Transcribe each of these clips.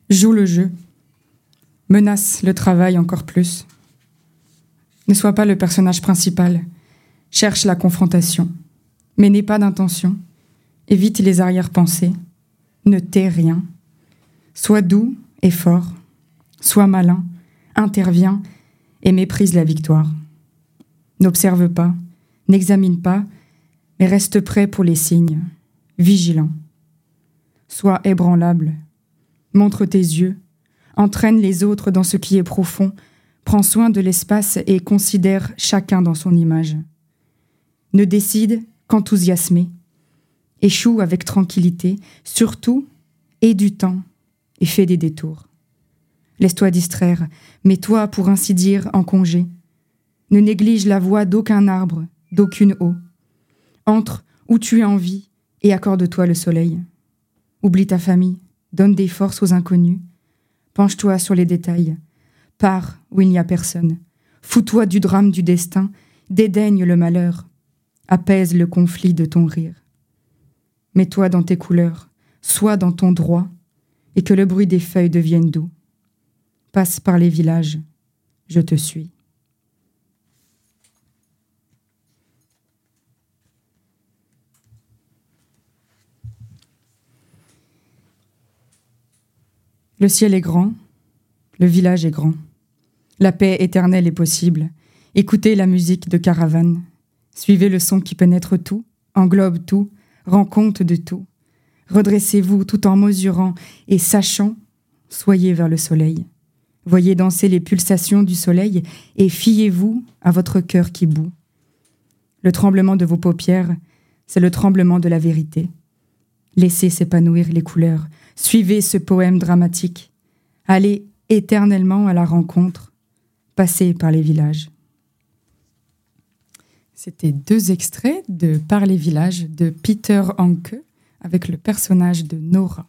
Joue le jeu. Menace le travail encore plus. Ne sois pas le personnage principal. Cherche la confrontation. Mais n'aie pas d'intention. Évite les arrière-pensées. Ne tais rien. Sois doux et fort. Sois malin. Interviens et méprise la victoire. N'observe pas. N'examine pas. Mais reste prêt pour les signes. Vigilant. Sois ébranlable. Montre tes yeux. Entraîne les autres dans ce qui est profond. Prends soin de l'espace et considère chacun dans son image. Ne décide qu'enthousiasmer. Échoue avec tranquillité. Surtout, aie du temps et fais des détours. Laisse-toi distraire. Mets-toi, pour ainsi dire, en congé. Ne néglige la voix d'aucun arbre, d'aucune eau. Entre où tu es en vie et accorde-toi le soleil. Oublie ta famille, donne des forces aux inconnus. Penche-toi sur les détails. Pars où il n'y a personne. Fous-toi du drame du destin. Dédaigne le malheur. Apaise le conflit de ton rire. Mets-toi dans tes couleurs. Sois dans ton droit. Et que le bruit des feuilles devienne doux. Passe par les villages. Je te suis. Le ciel est grand, le village est grand. La paix éternelle est possible. Écoutez la musique de caravane. Suivez le son qui pénètre tout, englobe tout, rend compte de tout. Redressez-vous tout en mesurant et sachant, soyez vers le soleil. Voyez danser les pulsations du soleil et fiez-vous à votre cœur qui bout. Le tremblement de vos paupières, c'est le tremblement de la vérité. Laissez s'épanouir les couleurs. Suivez ce poème dramatique. Allez éternellement à la rencontre. Passez par les villages. C'était 2 extraits de Par les villages de Peter Hanke avec le personnage de Nora.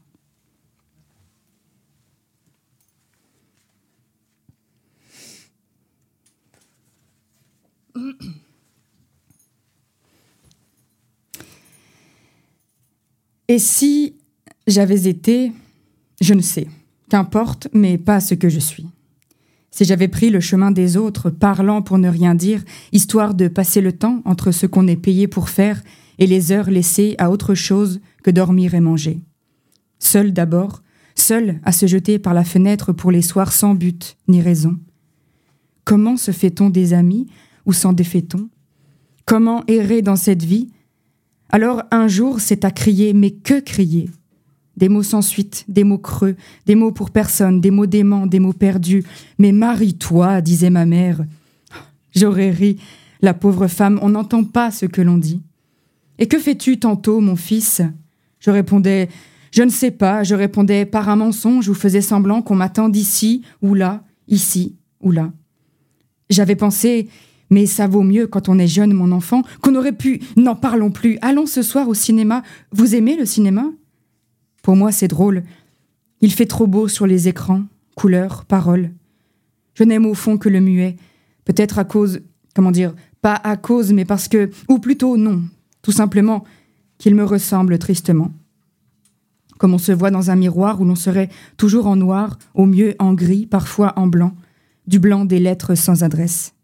Et si j'avais été, je ne sais, qu'importe, mais pas ce que je suis. Si j'avais pris le chemin des autres, parlant pour ne rien dire, histoire de passer le temps entre ce qu'on est payé pour faire et les heures laissées à autre chose que dormir et manger. Seul d'abord, seul à se jeter par la fenêtre pour les soirs sans but ni raison. Comment se fait-on des amis ou s'en défait-on ? Comment errer dans cette vie ? Alors un jour, c'est à crier, mais que crier ? Des mots sans suite, des mots creux, des mots pour personne, des mots déments, des mots perdus. Mais marie-toi, disait ma mère. J'aurais ri, la pauvre femme, on n'entend pas ce que l'on dit. Et que fais-tu tantôt, mon fils ? Je répondais, je ne sais pas, je répondais par un mensonge ou faisais semblant qu'on m'attend d'ici ou là, ici ou là. J'avais pensé, mais ça vaut mieux quand on est jeune, mon enfant, qu'on aurait pu, n'en parlons plus, allons ce soir au cinéma. Vous aimez le cinéma ? Pour moi, c'est drôle. Il fait trop beau sur les écrans, couleurs, paroles. Je n'aime au fond que le muet. Peut-être à cause, pas à cause, mais parce que, ou plutôt non, tout simplement, qu'il me ressemble tristement. Comme on se voit dans un miroir où l'on serait toujours en noir, au mieux en gris, parfois en blanc, du blanc des lettres sans adresse.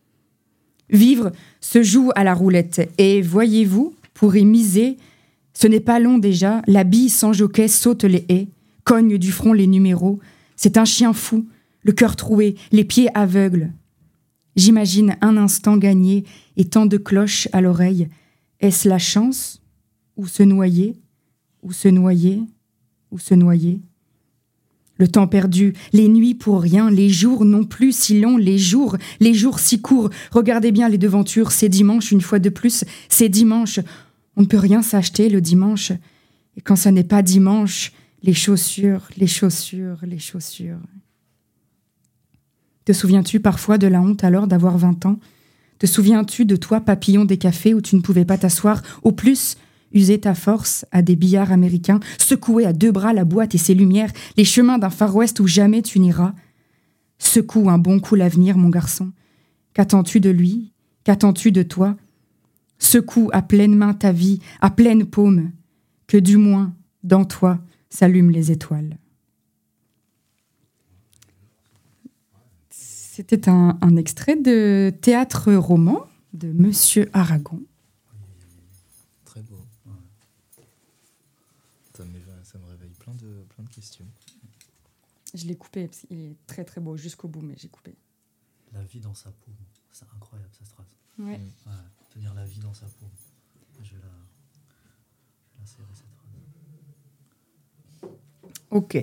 Vivre se joue à la roulette, et voyez-vous, pour y miser, ce n'est pas long déjà, la bille sans jockey saute les haies, cogne du front les numéros. C'est un chien fou, le cœur troué, les pieds aveugles. J'imagine un instant gagné et tant de cloches à l'oreille. Est-ce la chance ? Ou se noyer ? Ou se noyer ? Ou se noyer ? Le temps perdu, les nuits pour rien, les jours non plus si longs, les jours si courts. Regardez bien les devantures, c'est dimanche une fois de plus, c'est dimanche. On ne peut rien s'acheter le dimanche. Et quand ça n'est pas dimanche, les chaussures, les chaussures, les chaussures. Te souviens-tu parfois de la honte alors d'avoir 20 ans ? Te souviens-tu de toi, papillon des cafés où tu ne pouvais pas t'asseoir ? Au plus, user ta force à des billards américains, secouer à 2 bras la boîte et ses lumières, les chemins d'un Far West où jamais tu n'iras. Secoue un bon coup l'avenir, mon garçon. Qu'attends-tu de lui ? Qu'attends-tu de toi ? Secoue à pleine main ta vie, à pleine paume, que du moins, dans toi, s'allument les étoiles. C'était un extrait de Théâtre roman de Monsieur Aragon. Très beau. Ouais. Ça me réveille plein de questions. Je l'ai coupé parce qu'il est très très beau jusqu'au bout, mais j'ai coupé. La vie dans sa paume. C'est incroyable cette phrase. Ouais. Ouais, tenir la vie dans sa paume. Je vais la serrer cette phrase. Ok.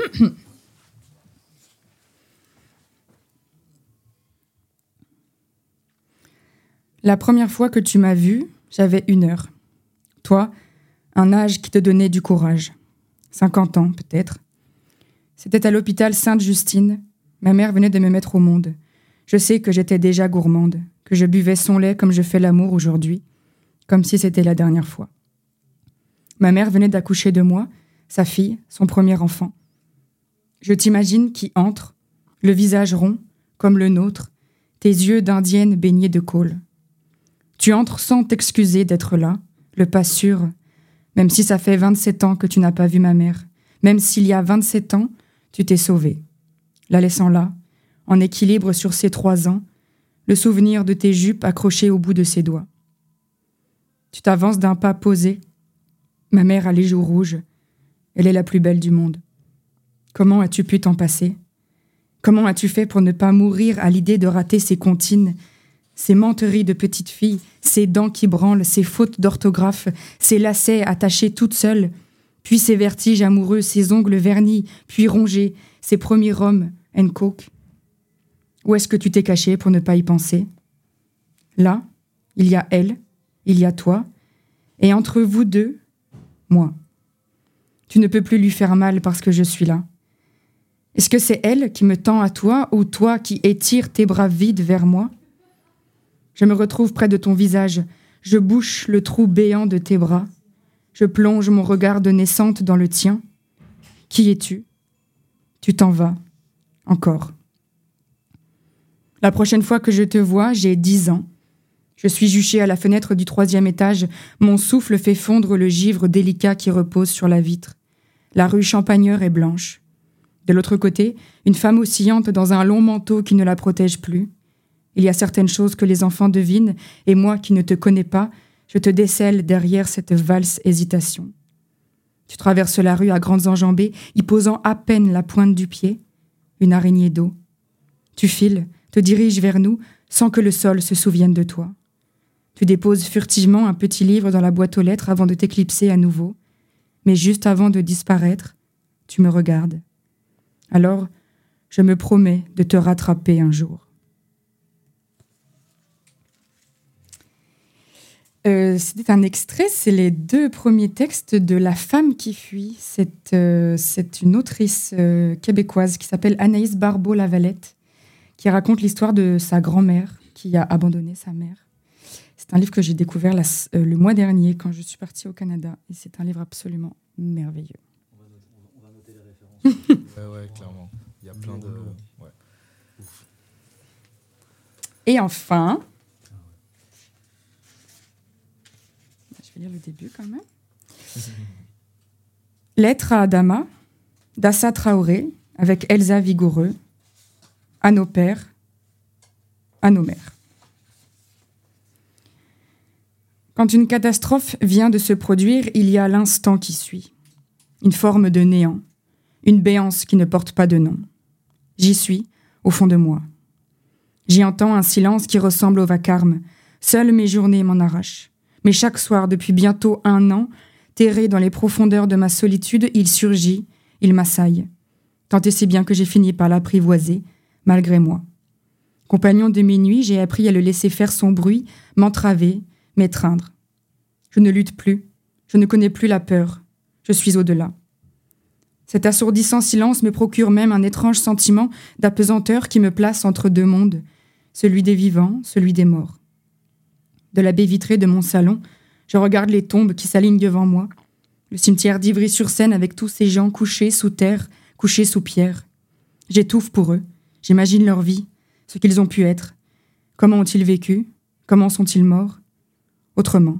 La première fois que tu m'as vue, j'avais 1 heure. Toi, un âge qui te donnait du courage. 50 ans, peut-être. C'était à l'hôpital Sainte-Justine. Ma mère venait de me mettre au monde. Je sais que j'étais déjà gourmande, que je buvais son lait comme je fais l'amour aujourd'hui, comme si c'était la dernière fois. Ma mère venait d'accoucher de moi, sa fille, son premier enfant. Je t'imagine qui entre, le visage rond, comme le nôtre, tes yeux d'indienne baignés de colle. Tu entres sans t'excuser d'être là, le pas sûr, même si ça fait 27 ans que tu n'as pas vu ma mère, même s'il y a 27 ans, tu t'es sauvée. La laissant là, en équilibre sur ses 3 ans, le souvenir de tes jupes accrochées au bout de ses doigts. Tu t'avances d'un pas posé. Ma mère a les joues rouges. Elle est la plus belle du monde. Comment as-tu pu t'en passer ? Comment as-tu fait pour ne pas mourir à l'idée de rater ces comptines, ces menteries de petite fille, ces dents qui branlent, ces fautes d'orthographe, ces lacets attachés toutes seules, puis ces vertiges amoureux, ces ongles vernis, puis rongés, ces premiers rhums and coke. Où est-ce que tu t'es caché pour ne pas y penser ? Là, il y a elle, il y a toi, et entre vous deux, moi. Tu ne peux plus lui faire mal parce que je suis là. Est-ce que c'est elle qui me tend à toi ou toi qui étires tes bras vides vers moi ? Je me retrouve près de ton visage, je bouche le trou béant de tes bras, je plonge mon regard de naissante dans le tien. Qui es-tu ? Tu t'en vas, encore. La prochaine fois que je te vois, j'ai 10 ans. Je suis juchée à la fenêtre du 3e étage, mon souffle fait fondre le givre délicat qui repose sur la vitre. La rue Champagneur est blanche. De l'autre côté, une femme oscillante dans un long manteau qui ne la protège plus. Il y a certaines choses que les enfants devinent, et moi qui ne te connais pas, je te décèle derrière cette valse hésitation. Tu traverses la rue à grandes enjambées, y posant à peine la pointe du pied, une araignée d'eau. Tu files, te diriges vers nous, sans que le sol se souvienne de toi. Tu déposes furtivement un petit livre dans la boîte aux lettres avant de t'éclipser à nouveau, mais juste avant de disparaître, tu me regardes. Alors, je me promets de te rattraper un jour. C'était un extrait, c'est les 2 premiers textes de La femme qui fuit. C'est une autrice québécoise qui s'appelle Anaïs Barbeau-Lavalette, qui raconte l'histoire de sa grand-mère qui a abandonné sa mère. C'est un livre que j'ai découvert le mois dernier quand je suis partie au Canada. Et c'est un livre absolument merveilleux. On va noter les références. Ouais, clairement. Il y a plein de... Ouais. Ouf. Et enfin... Je vais lire le début quand même. Lettre à Adama, d'Assa Traoré, avec Elsa Vigoureux, à nos pères, à nos mères. Quand une catastrophe vient de se produire, il y a l'instant qui suit. Une forme de néant, une béance qui ne porte pas de nom. J'y suis, au fond de moi. J'y entends un silence qui ressemble au vacarme. Seules mes journées m'en arrachent. Mais chaque soir, depuis bientôt 1 an, terré dans les profondeurs de ma solitude, il surgit, il m'assaille. Tant et si bien que j'ai fini par l'apprivoiser, malgré moi. Compagnon de mes nuits, j'ai appris à le laisser faire son bruit, m'entraver, m'étreindre. Je ne lutte plus, je ne connais plus la peur, je suis au-delà. Cet assourdissant silence me procure même un étrange sentiment d'apesanteur qui me place entre 2 mondes, celui des vivants, celui des morts. De la baie vitrée de mon salon, je regarde les tombes qui s'alignent devant moi, le cimetière d'Ivry-sur-Seine avec tous ces gens couchés sous terre, couchés sous pierre. J'étouffe pour eux, j'imagine leur vie, ce qu'ils ont pu être. Comment ont-ils vécu ? Comment sont-ils morts ? Autrement.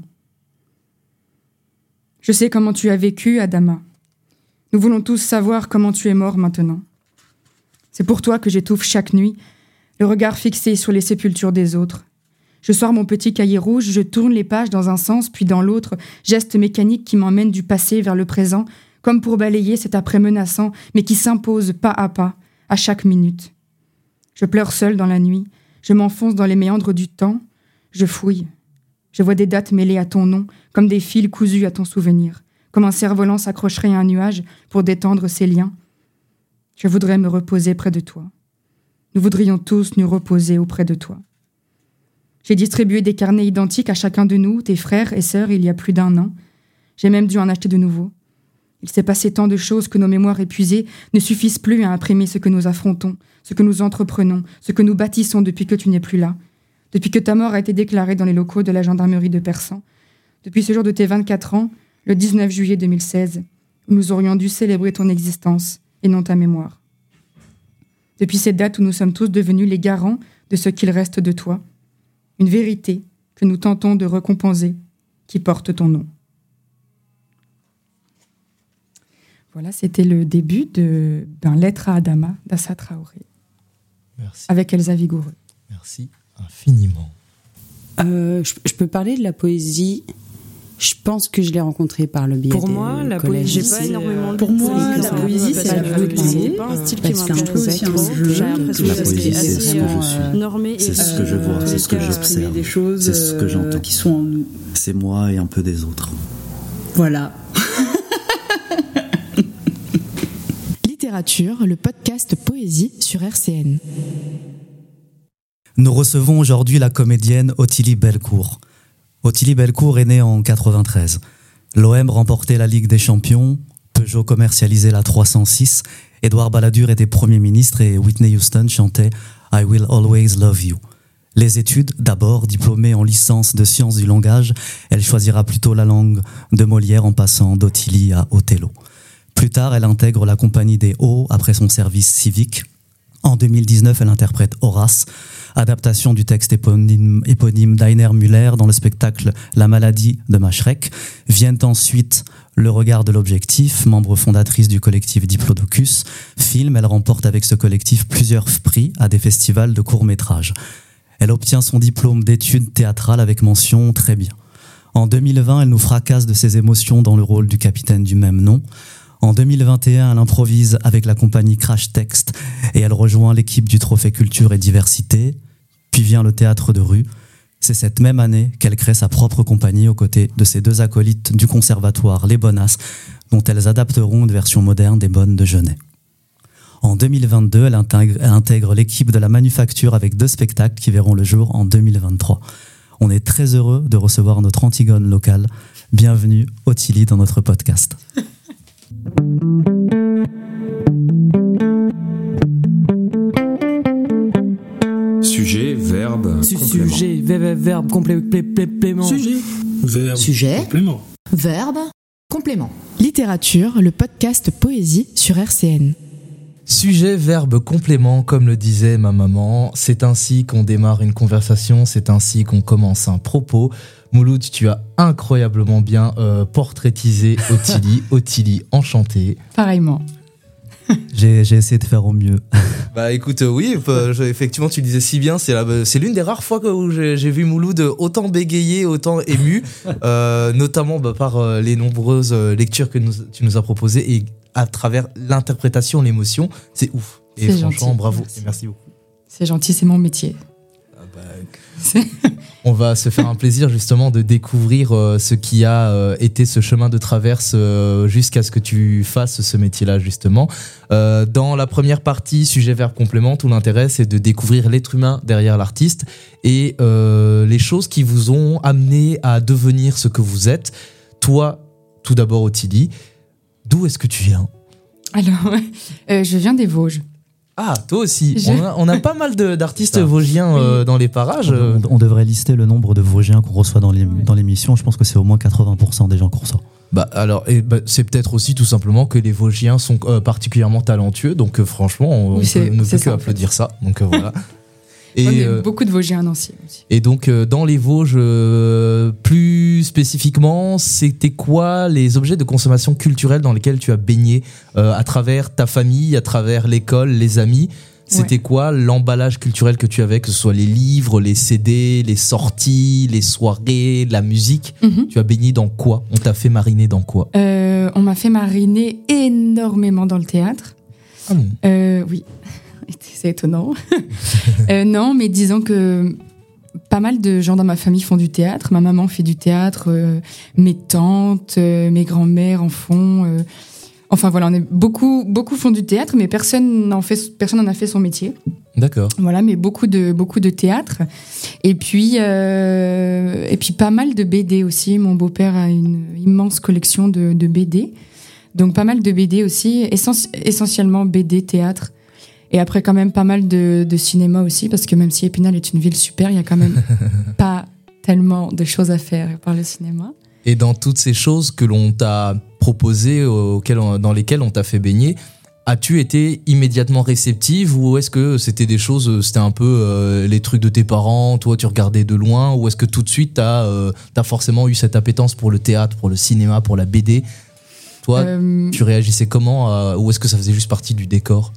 Je sais comment tu as vécu, Adama. Nous voulons tous savoir comment tu es mort maintenant. C'est pour toi que j'étouffe chaque nuit, le regard fixé sur les sépultures des autres. Je sors mon petit cahier rouge, je tourne les pages dans un sens puis dans l'autre, geste mécanique qui m'emmène du passé vers le présent, comme pour balayer cet après menaçant, mais qui s'impose pas, à chaque minute. Je pleure seule dans la nuit, je m'enfonce dans les méandres du temps, je fouille. Je vois des dates mêlées à ton nom, comme des fils cousus à ton souvenir, comme un cerf-volant s'accrocherait à un nuage pour détendre ses liens. Je voudrais me reposer près de toi. Nous voudrions tous nous reposer auprès de toi. J'ai distribué des carnets identiques à chacun de nous, tes frères et sœurs, il y a plus d'1 an. J'ai même dû en acheter de nouveaux. Il s'est passé tant de choses que nos mémoires épuisées ne suffisent plus à imprimer ce que nous affrontons, ce que nous entreprenons, ce que nous bâtissons depuis que tu n'es plus là, depuis que ta mort a été déclarée dans les locaux de la gendarmerie de Persan, depuis ce jour de tes 24 ans, le 19 juillet 2016, où nous aurions dû célébrer ton existence et non ta mémoire. Depuis cette date où nous sommes tous devenus les garants de ce qu'il reste de toi, une vérité que nous tentons de récompenser, qui porte ton nom. Voilà, c'était le début d'un Lettre à Adama d'Assa Traoré. Merci. Avec Elsa Vigoureux. Merci infiniment. Je peux parler de la poésie. Je pense que je l'ai rencontrée par le biais Pour moi, la poésie, j'ai pas énormément de pour moi, la poésie, c'est la c'est pas un style qui m'intéresse trop. J'ai l'impression que c'est assez normé. C'est ce que je vois, c'est ce que j'observe, des choses c'est ce que j'entends. Qui sont en nous. C'est moi et un peu des autres. Voilà. Littérature, le podcast Poésie sur RCN. Nous recevons aujourd'hui la comédienne Ottilie Bellecourt. Ottilie Bellecourt est née en 93. L'OM remportait la Ligue des Champions, Peugeot commercialisait la 306, Édouard Balladur était Premier ministre et Whitney Houston chantait « I will always love you ». Les études, d'abord diplômée en licence de sciences du langage, elle choisira plutôt la langue de Molière en passant d'Ottilie à Othello. Plus tard, elle intègre la Compagnie des Hauts après son service civique. En 2019, elle interprète Horace, adaptation du texte éponyme d'Heiner Müller dans le spectacle La maladie de Machrek. Viennent ensuite Le regard de l'objectif, membre fondatrice du collectif Diplodocus. Film, elle remporte avec ce collectif plusieurs prix à des festivals de courts-métrages. Elle obtient son diplôme d'études théâtrales avec mention très bien. En 2020, elle nous fracasse de ses émotions dans le rôle du capitaine du même nom. En 2021, elle improvise avec la compagnie Crash Text et elle rejoint l'équipe du Trophée Culture et Diversité. Puis vient le théâtre de rue. C'est cette même année qu'elle crée sa propre compagnie aux côtés de ses 2 acolytes du conservatoire Les Bonasses, dont elles adapteront une version moderne des Bonnes de Genet. En 2022, elle intègre l'équipe de la Manufacture avec 2 spectacles qui verront le jour en 2023. On est très heureux de recevoir notre Antigone locale. Bienvenue Ottilie dans notre podcast. Sujet, verbe, Sujet, verbe, complément. Sujet, complément. Verbe, complément. Littérature, le podcast Poésie sur RCN. Sujet, verbe, complément, comme le disait ma maman. C'est ainsi qu'on démarre une conversation, c'est ainsi qu'on commence un propos. Mouloud, tu as incroyablement bien portraitisé Ottilie. Ottilie, enchantée. Pareillement. J'ai essayé de faire au mieux. Bah écoute, oui, effectivement tu le disais si bien, c'est l'une des rares fois où j'ai vu Mouloud autant bégayer, autant ému, notamment par les nombreuses lectures que tu nous as proposées et à travers l'interprétation, l'émotion, c'est ouf. Et c'est franchement, gentil. bravo, Merci. et merci beaucoup. C'est gentil, c'est mon métier. On va se faire un plaisir justement de découvrir ce qui a été ce chemin de traverse jusqu'à ce que tu fasses ce métier-là justement. Dans la première partie, sujet, verbe, complément, tout l'intérêt c'est de découvrir l'être humain derrière l'artiste et les choses qui vous ont amené à devenir ce que vous êtes. Toi, tout d'abord Ottilie, d'où est-ce que tu viens ? Alors, je viens des Vosges. Ah, toi aussi. On a pas mal d'artistes vosgiens dans les parages. On devrait lister le nombre de Vosgiens qu'on reçoit dans l'émission. Je pense que c'est au moins 80% des gens qu'on reçoit. C'est peut-être aussi tout simplement que les Vosgiens sont particulièrement talentueux. Donc franchement, on ne peut que applaudir ça. Donc voilà. Et on est beaucoup de Vosgiens à Nancy aussi. Et donc dans les Vosges, plus spécifiquement, c'était quoi les objets de consommation culturelle dans lesquels tu as baigné à travers ta famille, à travers l'école, les amis ? C'était quoi l'emballage culturel que tu avais, que ce soit les livres, les CD, les sorties, les soirées, la musique? Tu as baigné dans quoi? On t'a fait mariner dans quoi? On m'a fait mariner énormément dans le théâtre. Ah bon? Oui, c'est étonnant. Non, mais disons que pas mal de gens dans ma famille font du théâtre. Ma maman fait du théâtre, mes tantes, mes grands-mères en font. Enfin voilà, on est beaucoup font du théâtre, mais personne n'en a fait son métier. D'accord. Voilà, mais beaucoup de théâtre. Et puis pas mal de BD aussi. Mon beau-père a une immense collection de BD. Donc pas mal de BD aussi, essentiellement BD, théâtre. Et après quand même pas mal de cinéma aussi, parce que même si Épinal est une ville super, il y a quand même pas tellement de choses à faire par le cinéma. Et dans toutes ces choses que l'on t'a proposées, dans lesquelles on t'a fait baigner, as-tu été immédiatement réceptive, ou est-ce que c'était des choses, c'était un peu les trucs de tes parents, toi tu regardais de loin, ou est-ce que tout de suite t'as forcément eu cette appétence pour le théâtre, pour le cinéma, pour la BD? Toi, tu réagissais comment, ou est-ce que ça faisait juste partie du décor?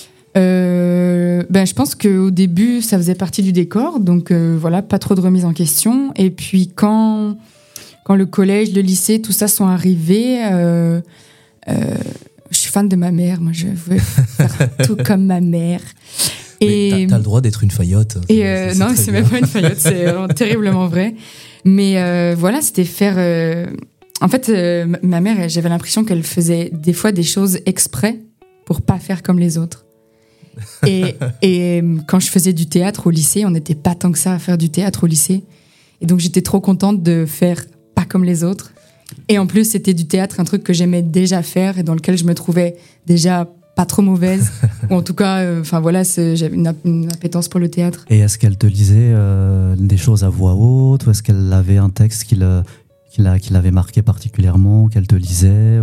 Je pense qu'au début ça faisait partie du décor, donc voilà, pas trop de remise en question. Et puis quand le collège, le lycée, tout ça sont arrivés, je suis fan de ma mère, moi je veux faire tout comme ma mère. Et t'as le droit d'être une faillotte. Non, c'est même pas une faillotte, c'est vraiment terriblement vrai. Mais voilà, c'était faire. En fait, ma mère, j'avais l'impression qu'elle faisait des fois des choses exprès pour pas faire comme les autres. Et quand je faisais du théâtre au lycée, on n'était pas tant que ça à faire du théâtre au lycée. Et donc j'étais trop contente de faire pas comme les autres. Et en plus, c'était du théâtre, un truc que j'aimais déjà faire et dans lequel je me trouvais déjà pas trop mauvaise. Ou en tout cas, j'avais une appétence pour le théâtre. Et est-ce qu'elle te lisait des choses à voix haute, ou est-ce qu'elle avait un texte qui l'avait marqué particulièrement, qu'elle te lisait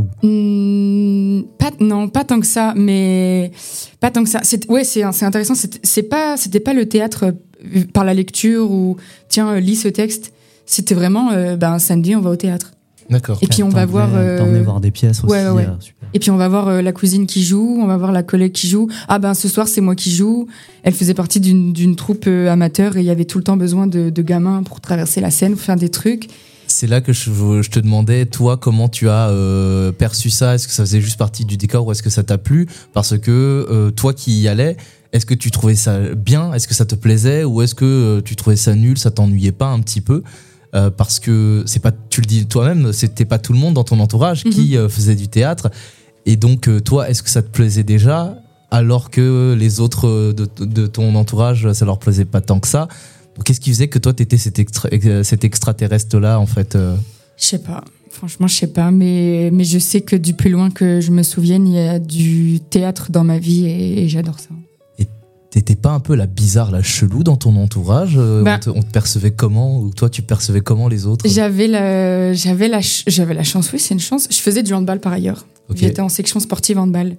Non, pas tant que ça, mais pas tant que ça. C'est intéressant. C'était pas le théâtre par la lecture ou tiens, lis ce texte. C'était vraiment samedi on va au théâtre. D'accord. Et puis on va voir. T'emmenais voir des pièces aussi. Ouais. Et puis on va voir la cousine qui joue, on va voir la collègue qui joue. Ce soir c'est moi qui joue. Elle faisait partie d'une troupe amateur et il y avait tout le temps besoin de gamins pour traverser la scène, pour faire des trucs. C'est là que je te demandais, toi, comment tu as perçu ça? Est-ce que ça faisait juste partie du décor ou est-ce que ça t'a plu? Parce que toi qui y allais, est-ce que tu trouvais ça bien? Est-ce que ça te plaisait? Ou est-ce que tu trouvais ça nul? Ça t'ennuyait pas un petit peu? Parce que c'est pas, tu le dis toi-même, c'était pas tout le monde dans ton entourage qui faisait du théâtre. Et donc, toi, est-ce que ça te plaisait déjà? Alors que les autres de ton entourage, ça leur plaisait pas tant que ça? Qu'est-ce qui faisait que toi, t'étais cet extraterrestre-là, en fait? Je sais pas. Franchement, je sais pas. Mais je sais que du plus loin que je me souvienne, il y a du théâtre dans ma vie et j'adore ça. Et t'étais pas un peu la bizarre, la chelou dans ton entourage? On te percevait comment? Ou toi, tu percevais comment les autres? J'avais la chance, oui, c'est une chance. Je faisais du handball par ailleurs. Okay. J'étais en section sportive handball.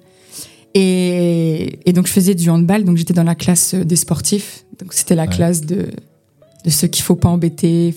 Et donc, je faisais du handball. Donc, j'étais dans la classe des sportifs. Donc, c'était la classe de ceux qu'il faut pas embêter.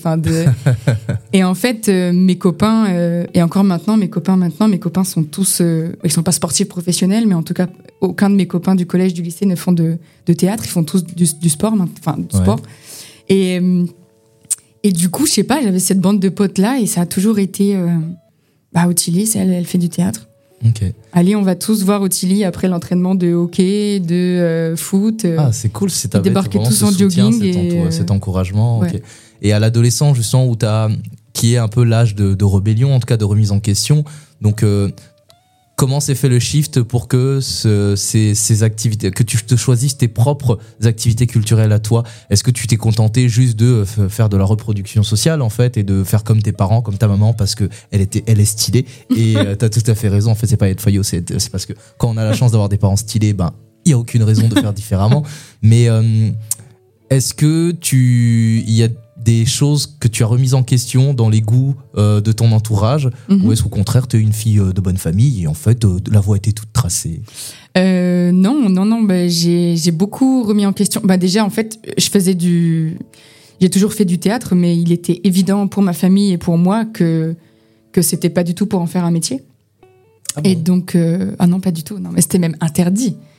Et en fait, mes copains, et encore maintenant, mes copains sont tous, ils sont pas sportifs professionnels, mais en tout cas, aucun de mes copains du collège, du lycée ne font de théâtre. Ils font tous du sport, sport. Et du coup, je sais pas, j'avais cette bande de potes-là et ça a toujours été, Ottilie, elle fait du théâtre. Okay. Allez, on va tous voir Ottilie après l'entraînement de hockey, de foot. C'est cool, c'est ils débarquaient tous en jogging. Cet encouragement. Ouais. Okay. Et à l'adolescent, justement, qui est un peu l'âge de rébellion, en tout cas de remise en question. Donc, comment s'est fait le shift pour que ces activités, que tu te choisisses tes propres activités culturelles à toi? Est-ce que tu t'es contenté juste de faire de la reproduction sociale, en fait, et de faire comme tes parents, comme ta maman, parce que elle est stylée? Et t'as tout à fait raison. En fait, c'est pas être faillot, c'est parce que quand on a la chance d'avoir des parents stylés, il y a aucune raison de faire différemment. Mais est-ce que il y a des choses que tu as remises en question dans les goûts de ton entourage, ou est-ce qu'au contraire tu es une fille de bonne famille et en fait la voie était toute tracée? Non, j'ai beaucoup remis en question. Déjà en fait, j'ai toujours fait du théâtre, mais il était évident pour ma famille et pour moi que c'était pas du tout pour en faire un métier. Ah bon? Et donc non, pas du tout. Non, mais c'était même interdit.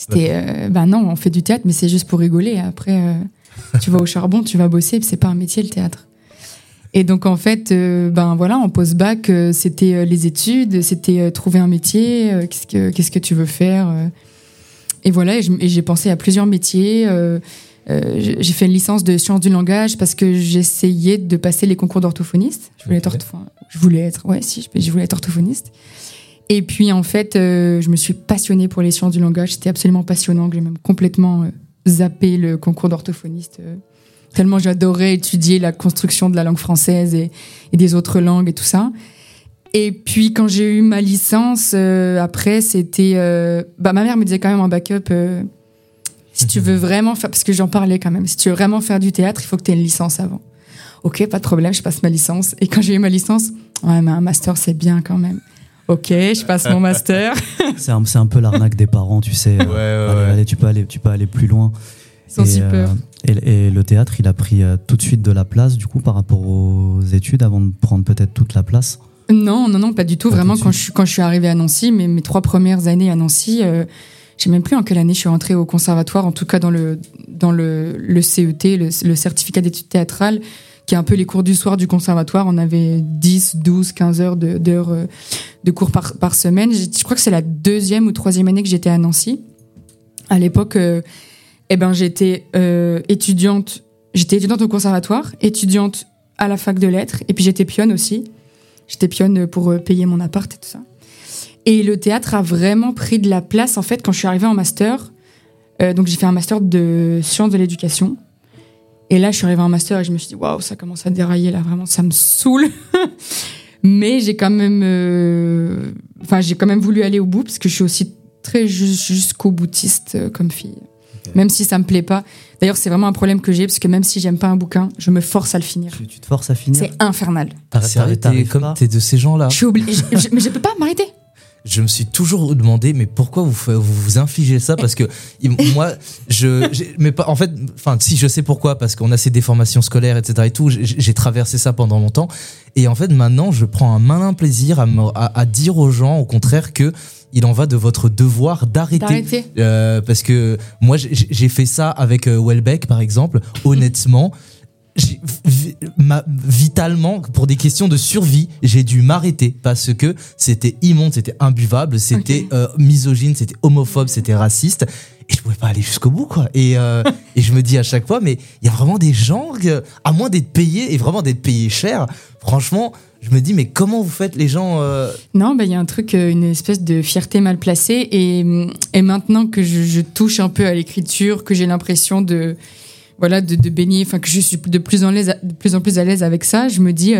C'était, non, on fait du théâtre, mais c'est juste pour rigoler. Après, tu vas au charbon, tu vas bosser, c'est pas un métier, le théâtre. Et donc, en fait, en post-bac, c'était les études, c'était trouver un métier, qu'est-ce que tu veux faire. Et voilà, et j'ai pensé à plusieurs métiers. J'ai fait une licence de sciences du langage parce que j'essayais de passer les concours d'orthophoniste. Je voulais être orthophoniste. Et puis, en fait, je me suis passionnée pour les sciences du langage. C'était absolument passionnant, que j'ai même complètement zappé le concours d'orthophoniste. Tellement j'adorais étudier la construction de la langue française et des autres langues et tout ça. Et puis, quand j'ai eu ma licence, après, c'était... ma mère me disait quand même en backup, si tu veux vraiment faire... Parce que j'en parlais quand même. Si tu veux vraiment faire du théâtre, il faut que tu aies une licence avant. Ok, pas de problème, je passe ma licence. Et quand j'ai eu ma licence, ouais, mais un master, c'est bien quand même. Ok, je passe mon master. C'est un peu l'arnaque des parents, tu sais. Allez, tu peux aller plus loin. Ils sont super. Et le théâtre, il a pris tout de suite de la place, du coup, par rapport aux études, avant de prendre peut-être toute la place. Non, pas du tout. Pas vraiment, quand je suis arrivée à Nancy, mes 3 premières années à Nancy, je sais même plus en quelle année je suis rentrée au conservatoire, en tout cas dans le CET, le certificat d'études théâtrales, qui est un peu les cours du soir du conservatoire. On avait 10, 12, 15 heures de cours par semaine. Je crois que c'est la 2e ou 3e année que j'étais à Nancy. À l'époque, j'étais étudiante. J'étais étudiante au conservatoire, étudiante à la fac de lettres, et puis j'étais pionne aussi. J'étais pionne pour payer mon appart et tout ça. Et le théâtre a vraiment pris de la place, en fait, quand je suis arrivée en master. Donc j'ai fait un master de sciences de l'éducation. Et là, je suis arrivée en master et je me suis dit, waouh, ça commence à dérailler là, vraiment, ça me saoule. Mais j'ai quand même voulu aller au bout, parce que je suis aussi très jusqu'au boutiste comme fille. Okay. Même si ça me plaît pas. D'ailleurs, c'est vraiment un problème que j'ai, parce que même si j'aime pas un bouquin, je me force à le finir. Tu te forces à finir? C'est infernal. T'es de ces gens-là. Je suis obligée, mais je peux pas m'arrêter. Je me suis toujours demandé, mais pourquoi vous infligez ça? Parce que moi, si, je sais pourquoi, parce qu'on a ces déformations scolaires, etc. et tout. J'ai traversé ça pendant longtemps. Et en fait, maintenant, je prends un malin plaisir à dire aux gens, au contraire, que il en va de votre devoir d'arrêter. Parce que moi, j'ai fait ça avec Welbeck, par exemple. Honnêtement, vitalement, pour des questions de survie, j'ai dû m'arrêter parce que c'était immonde, c'était imbuvable, c'était misogyne, c'était homophobe, c'était raciste, et je pouvais pas aller jusqu'au bout, quoi. Et je me dis à chaque fois, mais il y a vraiment des gens à moins d'être payés, et vraiment d'être payés cher, franchement, je me dis, mais comment vous faites, les gens Non, il y a un truc, une espèce de fierté mal placée, et maintenant que je touche un peu à l'écriture, que j'ai l'impression de baigner, que je suis de plus en plus à l'aise avec ça, je me dis,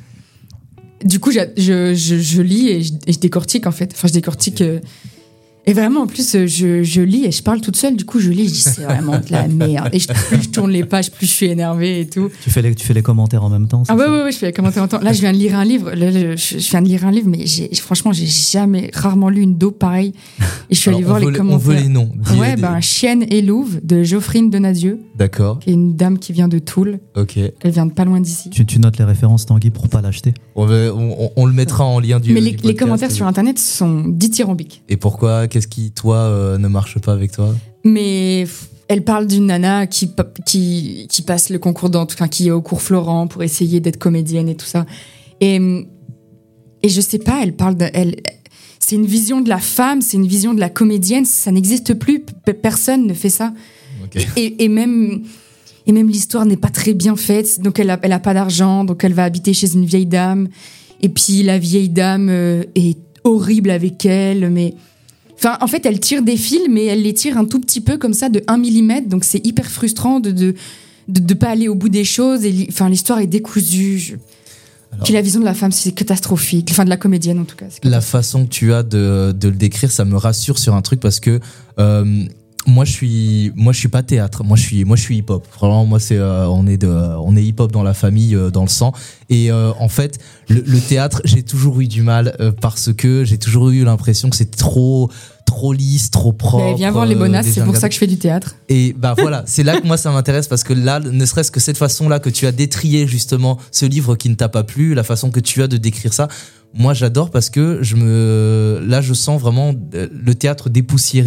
du coup, je lis et je décortique, en fait. Enfin, je décortique. Et vraiment, en plus, je lis et je parle toute seule. Du coup, je lis, je dis, c'est vraiment de la merde. Et plus je tourne les pages, plus je suis énervée et tout. Tu fais les commentaires en même temps? Ouais, je fais les commentaires en même temps. Là, je viens de lire un livre. Je viens de lire un livre, mais franchement, j'ai rarement lu une dope pareille. Et je suis allée voir les commentaires. On veut les noms. Chienne et Louve de Geoffrine Donadieu. D'accord. Qui est une dame qui vient de Toul. Ok. Elle vient de pas loin d'ici. Tu notes les références, Tanguy, pour pas l'acheter? On le mettra en lien du Mais podcast. les commentaires sur Internet sont dithyrambiques. Et pourquoi? Qu'est-ce qui, toi, ne marche pas avec toi? Mais elle parle d'une nana qui passe le concours qui est au cours Florent pour essayer d'être comédienne et tout ça. Et je sais pas, elle parle c'est une vision de la femme, c'est une vision de la comédienne, ça n'existe plus, personne ne fait ça. Okay. Et même l'histoire n'est pas très bien faite, donc elle a pas d'argent, donc elle va habiter chez une vieille dame, et puis la vieille dame est horrible avec elle, mais... Enfin, en fait, elle tire des fils, mais elle les tire un tout petit peu comme ça, de 1 mm, donc c'est hyper frustrant de pas aller au bout des choses, et l'histoire est décousue. Puis la vision de la femme, c'est catastrophique, de la comédienne en tout cas. La façon que tu as de le décrire, ça me rassure sur un truc, parce que moi je suis pas théâtre, moi je suis hip hop. Vraiment, moi c'est on est hip hop dans la famille, dans le sang. Et en fait, le théâtre, j'ai toujours eu du mal parce que j'ai toujours eu l'impression que c'est trop lisse, trop propre. Viens voir les bonasses, c'est pour ça que je fais du théâtre. Et voilà, c'est là que moi ça m'intéresse, parce que là, ne serait-ce que cette façon-là que tu as d'étrier justement ce livre qui ne t'a pas plu, la façon que tu as de décrire ça, moi j'adore, parce que je sens vraiment le théâtre dépoussiéré,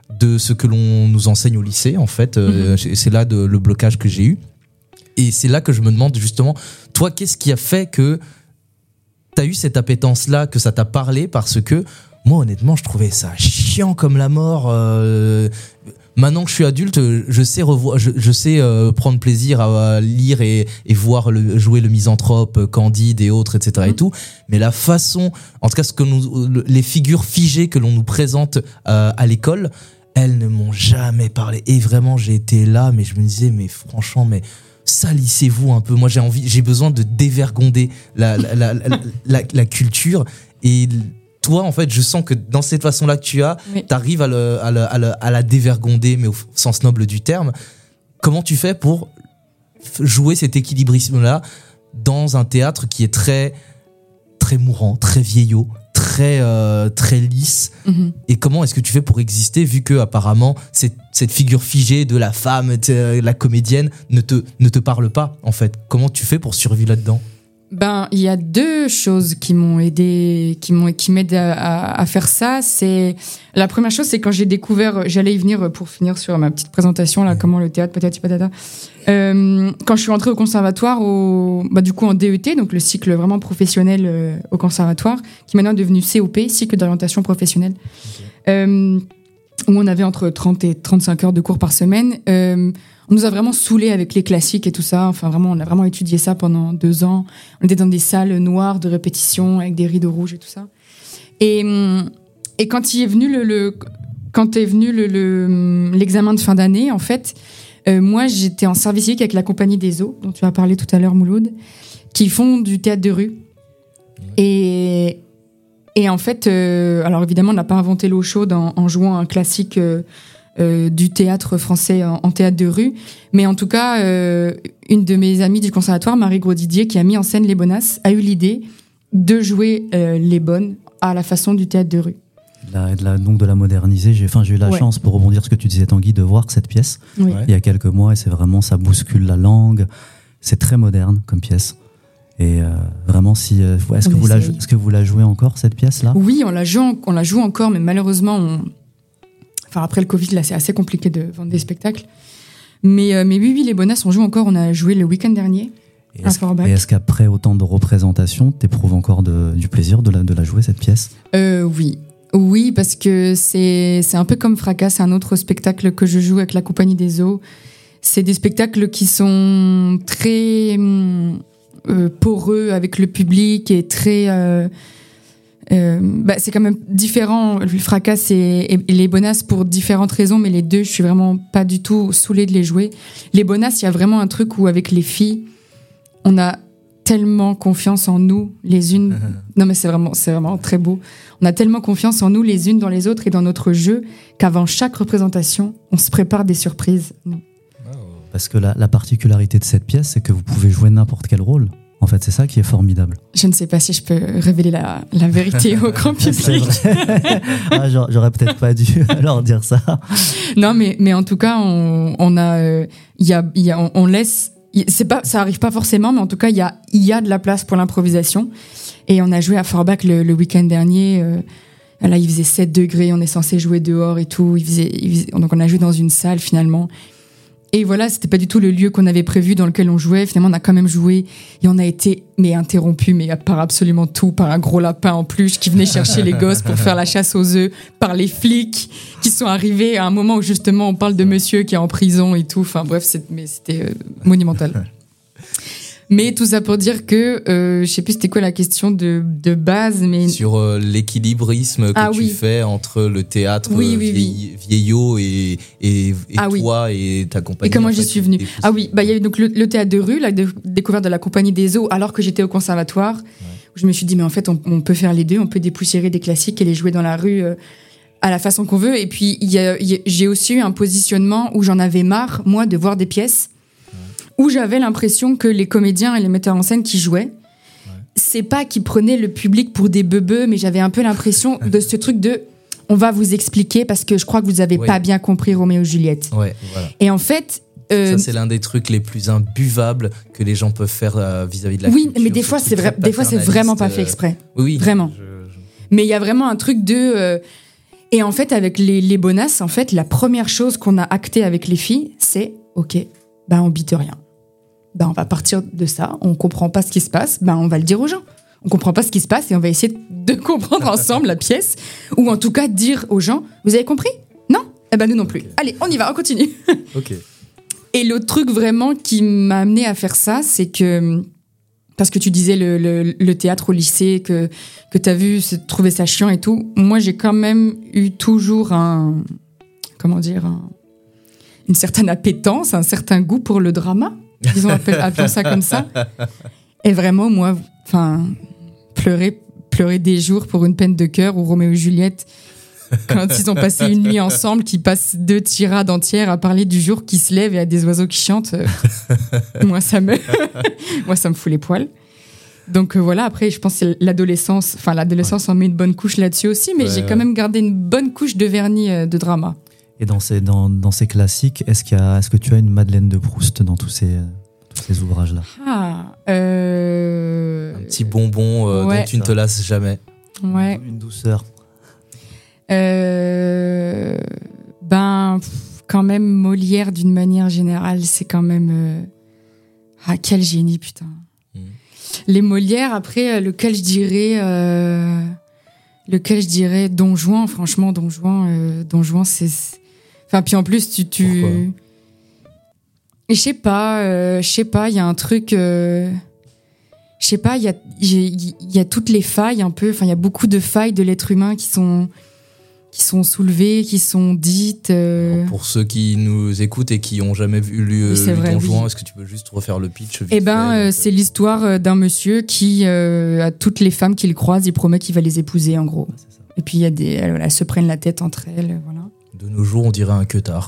de ce que l'on nous enseigne au lycée, en fait. C'est là le blocage que j'ai eu. Et c'est là que je me demande justement, toi, qu'est-ce qui a fait que t'as eu cette appétence-là, que ça t'a parlé? Parce que moi, honnêtement, je trouvais ça chiant comme la mort. Maintenant que je suis adulte, je sais prendre plaisir à lire et voir jouer le misanthrope, Candide et autres, etc. et tout. Mais la façon, en tout cas, les figures figées que l'on nous présente à l'école, elles ne m'ont jamais parlé. Et vraiment, j'ai été là, mais je me disais, mais franchement, mais salissez-vous un peu. Moi, j'ai besoin de dévergonder la culture. Et toi, en fait, je sens que dans cette façon-là que tu as, t'arrives à la dévergonder, mais au sens noble du terme. Comment tu fais pour jouer cet équilibrisme-là dans un théâtre qui est très, très mourant, très vieillot, très lisse? Et comment est-ce que tu fais pour exister, vu que apparemment cette figure figée de la femme, la comédienne ne te parle pas, en fait? Comment tu fais pour survivre là-dedans? Il y a deux choses qui m'ont aidé, qui m'aident à faire ça. La première chose, c'est quand j'ai découvert, j'allais y venir pour finir sur ma petite présentation là, comment le théâtre patati patata. Quand je suis entrée au conservatoire, du coup en DET, donc le cycle vraiment professionnel au conservatoire, qui maintenant est devenu COP, cycle d'orientation professionnelle, où on avait entre 30 et 35 heures de cours par semaine. On nous a vraiment saoulés avec les classiques et tout ça. Enfin, vraiment, on a vraiment étudié ça pendant 2 ans. On était dans des salles noires de répétition avec des rideaux rouges et tout ça. Et quand est venu l'examen de fin d'année, en fait, moi, j'étais en service civique avec la Compagnie des Eaux, dont tu as parlé tout à l'heure, Mouloud, qui font du théâtre de rue. Et en fait, alors évidemment, on n'a pas inventé l'eau chaude en jouant un classique du théâtre français en théâtre de rue, mais en tout cas, une de mes amies du conservatoire, Marie Gros-Didier, qui a mis en scène Les Bonasses, a eu l'idée de jouer Les Bonnes à la façon du théâtre de rue. Donc de la moderniser. J'ai eu la chance, pour rebondir sur ce que tu disais, Tanguy, de voir cette pièce il y a quelques mois, et c'est vraiment, ça bouscule la langue. C'est très moderne comme pièce. Et vraiment, est-ce que vous la jouez encore, cette pièce-là? Oui, on la joue encore, mais malheureusement, après le Covid, là, c'est assez compliqué de vendre des spectacles. Mais oui, Les Bonasses, on joue encore. On a joué le week-end dernier à Forbach. Et est-ce qu'après autant de représentations, t'éprouves encore du plaisir de la jouer, cette pièce? Oui, parce que c'est un peu comme Fracas, c'est un autre spectacle que je joue avec la Compagnie des Eaux. C'est des spectacles qui sont très poreux avec le public et très... c'est quand même différent, le Fracas et Les Bonasses, pour différentes raisons, mais les deux, je suis vraiment pas du tout saoulée de les jouer. Les Bonasses, il y a vraiment un truc où avec les filles, on a tellement confiance en nous, les unes... Non, mais c'est vraiment très beau. On a tellement confiance en nous, les unes dans les autres et dans notre jeu, qu'avant chaque représentation, on se prépare des surprises. Parce que la particularité de cette pièce, c'est que vous pouvez jouer n'importe quel rôle. En fait, c'est ça qui est formidable. Je ne sais pas si je peux révéler la vérité au grand public. J'aurais peut-être pas dû alors dire ça. Non, mais en tout cas, on laisse... ça arrive pas forcément, mais en tout cas, il y a de la place pour l'improvisation. Et on a joué à Forbach le week-end dernier. Là, il faisait 7 degrés, on est censé jouer dehors et tout. Donc on a joué dans une salle finalement. Et voilà, c'était pas du tout le lieu qu'on avait prévu dans lequel on jouait. Finalement, on a quand même joué et on a été interrompu, par absolument tout, par un gros lapin en peluche qui venait chercher les gosses pour faire la chasse aux œufs, par les flics qui sont arrivés à un moment où justement on parle de monsieur qui est en prison et tout. Enfin bref, c'était monumental. Mais tout ça pour dire que je sais plus c'était quoi la question de base, mais sur l'équilibrisme que tu fais entre le théâtre vieillot et toi et ta compagnie. Et comment j'y suis venue? Il y a eu donc le théâtre de rue, la découverte de la Compagnie des Eaux, alors que j'étais au conservatoire. Où je me suis dit mais en fait on peut faire les deux, on peut dépoussiérer des classiques et les jouer dans la rue à la façon qu'on veut. Et puis j'ai aussi eu un positionnement où j'en avais marre, moi, de voir des pièces où j'avais l'impression que les comédiens et les metteurs en scène qui jouaient, c'est pas qu'ils prenaient le public pour des beubeux, mais j'avais un peu l'impression de ce truc de on va vous expliquer parce que je crois que vous avez pas bien compris Roméo et Juliette. Voilà. Et en fait... ça, c'est l'un des trucs les plus imbuvables que les gens peuvent faire vis-à-vis de la culture. Oui, mais des fois, c'est vraiment pas fait exprès. Oui. Vraiment. Mais il y a vraiment un truc de... Et en fait, avec les bonasses, en fait, la première chose qu'on a actée avec les filles, c'est ok, on bite rien. On va partir de ça. On comprend pas ce qui se passe, on va le dire aux gens. On comprend pas ce qui se passe et on va essayer de comprendre ensemble la pièce, ou en tout cas dire aux gens, vous avez compris ? Non ? Nous non plus. Okay. Allez, on y va, on continue. Ok. Et l'autre truc vraiment qui m'a amené à faire ça, c'est que parce que tu disais le théâtre au lycée, que t'as vu, trouver ça chiant et tout. Moi, j'ai quand même eu toujours une certaine appétence, un certain goût pour le drama. Disons, appelons ça comme ça. Et vraiment, moi, pleurer des jours pour une peine de cœur, ou Roméo et Juliette, quand ils ont passé une nuit ensemble, qui passent 2 tirades entières à parler du jour qui se lève et à des oiseaux qui chantent, moi ça me fout les poils. Donc voilà, après je pense que l'adolescence en met une bonne couche là-dessus aussi, mais j'ai quand même gardé une bonne couche de vernis de drama. Et dans ces classiques, est-ce que tu as une Madeleine de Proust dans tous ces ouvrages-là? Un petit bonbon dont tu ne te lasses jamais. Ouais. Une douceur. Quand même Molière d'une manière générale, c'est quand même quel génie, putain. Les Molières, après lequel je dirais Don Juan. Franchement, Don Juan, c'est puis en plus tu je sais pas, il y a un truc je sais pas, il y a toutes les failles un peu, il y a beaucoup de failles de l'être humain qui sont soulevées, qui sont dites. Pour ceux qui nous écoutent et qui n'ont jamais lu Don Juan, est-ce que tu peux juste refaire le pitch vite fait, c'est l'histoire d'un monsieur qui, à toutes les femmes qu'il croise, il promet qu'il va les épouser, en gros. Et puis, elles se prennent la tête entre elles, voilà. De nos jours, on dirait un queutard.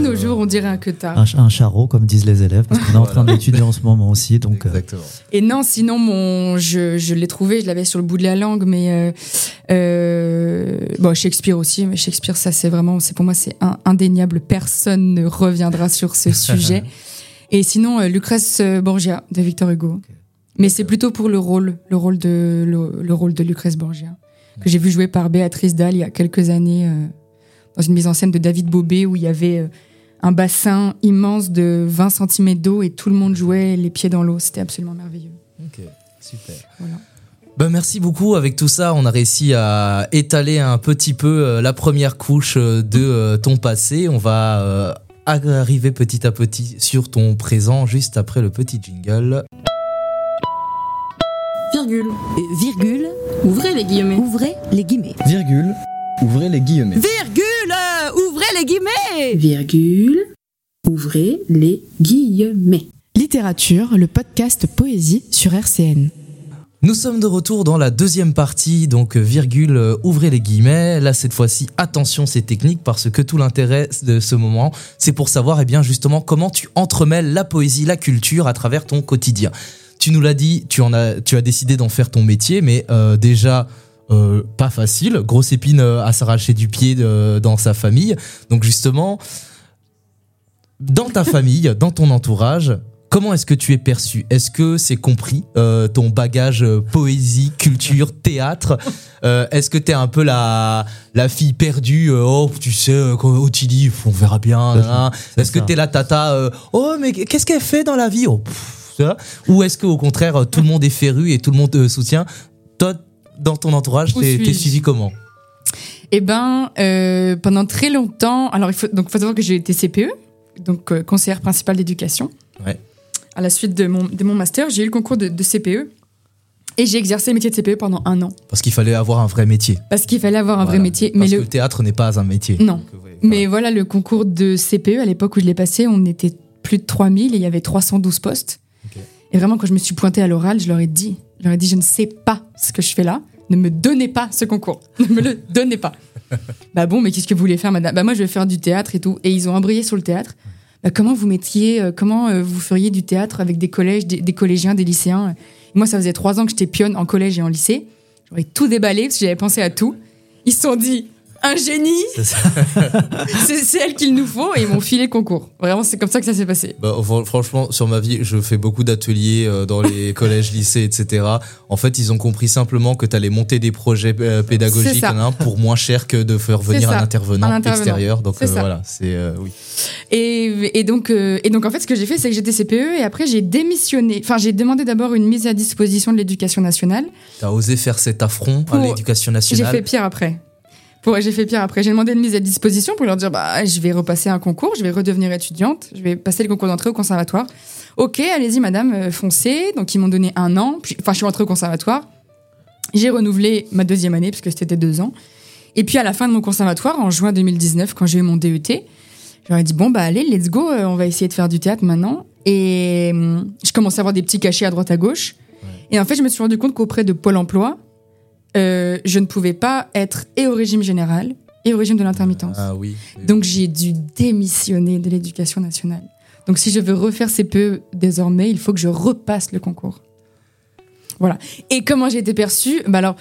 Un charreau, comme disent les élèves, parce qu'on est en train d'étudier en ce moment aussi. Donc, exactement. Et non, sinon, je l'ai trouvé, je l'avais sur le bout de la langue, mais Shakespeare aussi. Mais Shakespeare, ça, pour moi, c'est indéniable. Personne ne reviendra sur ce sujet. Et sinon, Lucrèce Borgia de Victor Hugo. Okay. Mais c'est plutôt pour le rôle de Lucrèce Borgia, que j'ai vu jouer par Béatrice Dalle il y a quelques années. Dans une mise en scène de David Bobet où il y avait un bassin immense de 20 cm d'eau et tout le monde jouait les pieds dans l'eau. C'était absolument merveilleux. Ok, super. Voilà. Merci beaucoup. Avec tout ça, on a réussi à étaler un petit peu la première couche de ton passé. On va arriver petit à petit sur ton présent juste après le petit jingle. Virgule. Virgule. Ouvrez les guillemets. Ouvrez les guillemets. Virgule. Ouvrez les guillemets. Virgule. Ouvrez les guillemets. Virgule. Ouvrez les guillemets. Littérature, le podcast Poésie sur RCN. Nous sommes de retour dans la deuxième partie, donc virgule, ouvrez les guillemets. Là, cette fois-ci, attention, c'est technique parce que tout l'intérêt de ce moment, c'est pour savoir, justement, comment tu entremêles la poésie, la culture à travers ton quotidien. Tu nous l'as dit, tu as décidé d'en faire ton métier, mais déjà... pas facile, grosse épine à s'arracher du pied dans sa famille. Donc justement, dans ta famille, dans ton entourage, comment est-ce que tu es perçu ? Est-ce que c'est compris ton bagage poésie, culture, théâtre ? Est-ce que t'es un peu la fille perdue ? Tu sais, Ottilie, on verra bien. Est-ce que t'es la tata ? Mais qu'est-ce qu'elle fait dans la vie ? Ou est-ce qu'au contraire, tout le monde est féru et tout le monde te soutient ? Toi, dans ton entourage, t'es suivi comment ? Pendant très longtemps, alors il faut savoir que j'ai été CPE, donc conseillère principale d'éducation. Ouais. À la suite de mon master, j'ai eu le concours de CPE et j'ai exercé le métier de CPE pendant 1 an. Parce qu'il fallait avoir un vrai métier. Vrai métier. Parce que le théâtre n'est pas un métier. Non. Mais voilà, le concours de CPE, à l'époque où je l'ai passé, on était plus de 3000 et il y avait 312 postes. Okay. Et vraiment, quand je me suis pointée à l'oral, je leur ai dit, je ne sais pas ce que je fais là. Ne me donnez pas ce concours. Ne me le donnez pas. Mais qu'est-ce que vous voulez faire, madame ? Moi, je vais faire du théâtre et tout. Et ils ont embrayé sur le théâtre. Comment vous feriez du théâtre avec des collèges, des collégiens, des lycéens ? Et moi, ça faisait 3 ans que j'étais pionne en collège et en lycée. J'aurais tout déballé parce que j'avais pensé à tout. Ils se sont dit, un génie. C'est elle qu'il nous faut et ils m'ont filé le concours. Vraiment, c'est comme ça que ça s'est passé. Franchement, sur ma vie, je fais beaucoup d'ateliers dans les collèges, lycées, etc. En fait, ils ont compris simplement que tu allais monter des projets pédagogiques pour moins cher que de faire venir un intervenant extérieur. Donc voilà, c'est oui. Et donc en fait, ce que j'ai fait, c'est que j'étais CPE et après j'ai démissionné. Enfin, j'ai demandé d'abord une mise à disposition de l'Éducation nationale. T'as osé faire cet affront à l'Éducation nationale. J'ai fait pire après. J'ai demandé une mise à disposition pour leur dire je vais repasser un concours, je vais redevenir étudiante, je vais passer le concours d'entrée au conservatoire. Ok, allez-y madame, foncez. Donc ils m'ont donné 1 an. Je suis rentrée au conservatoire. J'ai renouvelé ma 2e année parce que c'était 2 ans. Et puis à la fin de mon conservatoire, en juin 2019, quand j'ai eu mon DET, je leur ai dit allez, let's go, on va essayer de faire du théâtre maintenant. Et je commençais à avoir des petits cachets à droite à gauche. Ouais. Et en fait, je me suis rendu compte qu'auprès de Pôle emploi, je ne pouvais pas être et au régime général et au régime de l'intermittence. Ah oui. Donc j'ai dû démissionner de l'Éducation nationale. Donc si je veux refaire CPE désormais, il faut que je repasse le concours. Voilà. Et comment j'ai été perçue ?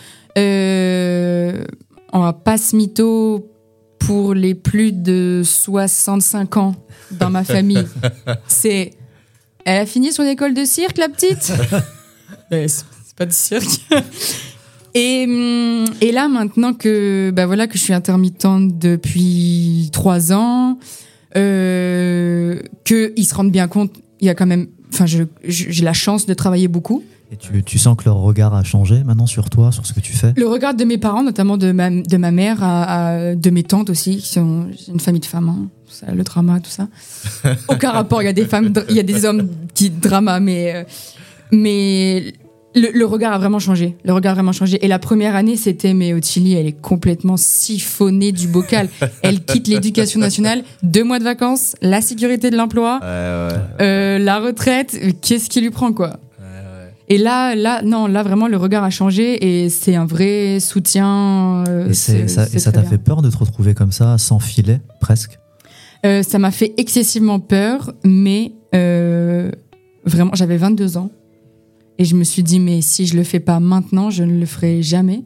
En passe mytho pour les plus de 65 ans dans ma famille, c'est elle a fini son école de cirque, la petite. C'est pas de cirque. Et là, maintenant que je suis intermittente depuis 3 ans, qu'ils se rendent bien compte, il y a quand même, j'ai la chance de travailler beaucoup. Et tu sens que leur regard a changé maintenant sur toi, sur ce que tu fais ? Le regard de mes parents, notamment de ma mère, de mes tantes aussi, qui sont une famille de femmes, hein, le drama, tout ça. Aucun rapport, il y a des femmes, il y a des hommes qui drama, mais le regard a vraiment changé. Et la première année, c'était, mais Ottilie, elle est complètement siphonnée du bocal. Elle quitte l'Éducation nationale, 2 mois de vacances, la sécurité de l'emploi, la retraite, qu'est-ce qui lui prend, quoi ? Et là, vraiment, le regard a changé et c'est un vrai soutien. Et ça t'a fait peur de te retrouver comme ça, sans filet, presque ? Ça m'a fait excessivement peur, mais vraiment, j'avais 22 ans. Et je me suis dit, mais si je le fais pas maintenant, je ne le ferai jamais.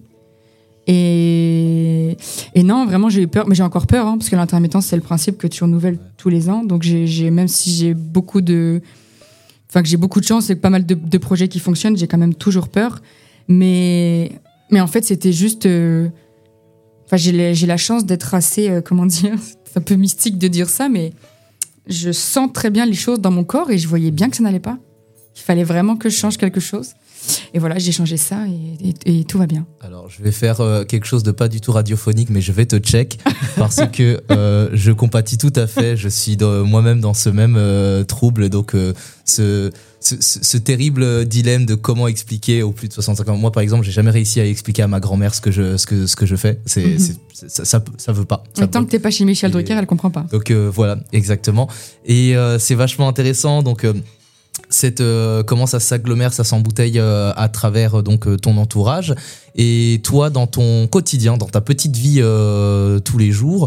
Et non, vraiment, j'ai eu peur. Mais j'ai encore peur, hein, parce que l'intermittence, c'est le principe que tu renouvelles tous les ans. Donc, même si j'ai beaucoup de chance et pas mal de projets qui fonctionnent, j'ai quand même toujours peur. Mais en fait, c'était juste... j'ai la chance d'être assez... comment dire ? C'est un peu mystique de dire ça, mais je sens très bien les choses dans mon corps et je voyais bien que ça n'allait pas. Il fallait vraiment que je change quelque chose. Et voilà, j'ai changé ça et tout va bien. Alors, je vais faire quelque chose de pas du tout radiophonique, mais je vais te check parce que je compatis tout à fait. Je suis moi-même dans ce même trouble. Donc, ce terrible dilemme de comment expliquer aux plus de 65 ans. Moi, par exemple, j'ai jamais réussi à expliquer à ma grand-mère ce que je fais. Ça veut pas. Tant que t'es pas chez Michel Drucker, elle comprend pas. Donc, voilà, exactement. Et c'est vachement intéressant. Donc, comment ça s'agglomère, ça s'embouteille à travers ton entourage. Et toi, dans ton quotidien, dans ta petite vie tous les jours,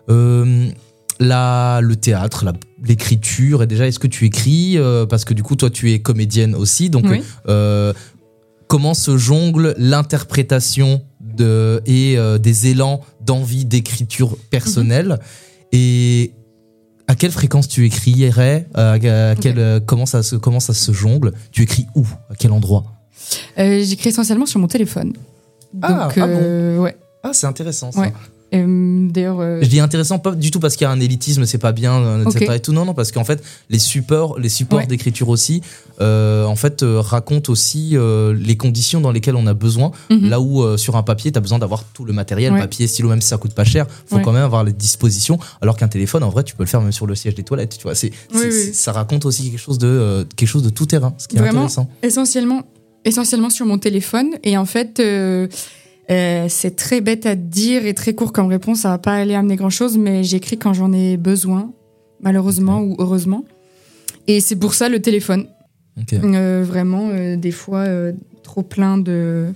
le théâtre, l'écriture, et déjà, est-ce que tu écris parce que du coup, toi, tu es comédienne aussi. Donc, oui. Comment se jongle l'interprétation des élans d'envie d'écriture personnelle et à quelle fréquence tu écrirais comment ça se jongle? Tu écris où? À quel endroit? J'écris essentiellement sur mon téléphone. Donc, bon. Ouais. Ah, c'est intéressant ça. Ouais. D'ailleurs, je dis intéressant pas du tout parce qu'il y a un élitisme, c'est pas bien, etc. Okay. Et tout. Non, parce qu'en fait, les supports ouais. d'écriture aussi, racontent aussi les conditions dans lesquelles on a besoin. Mm-hmm. Là où sur un papier, t'as besoin d'avoir tout le matériel, papier, stylo, même si ça coûte pas cher, faut quand même avoir les dispositions. Alors qu'un téléphone, en vrai, tu peux le faire même sur le siège des toilettes. Tu vois, ça raconte aussi quelque chose de tout terrain, ce qui est vraiment intéressant. Essentiellement sur mon téléphone. Et en fait. C'est très bête à dire et très court comme réponse, ça va pas aller amener grand chose, mais j'écris quand j'en ai besoin, malheureusement ou heureusement. Et c'est pour ça le téléphone. Okay. Vraiment, des fois, trop plein de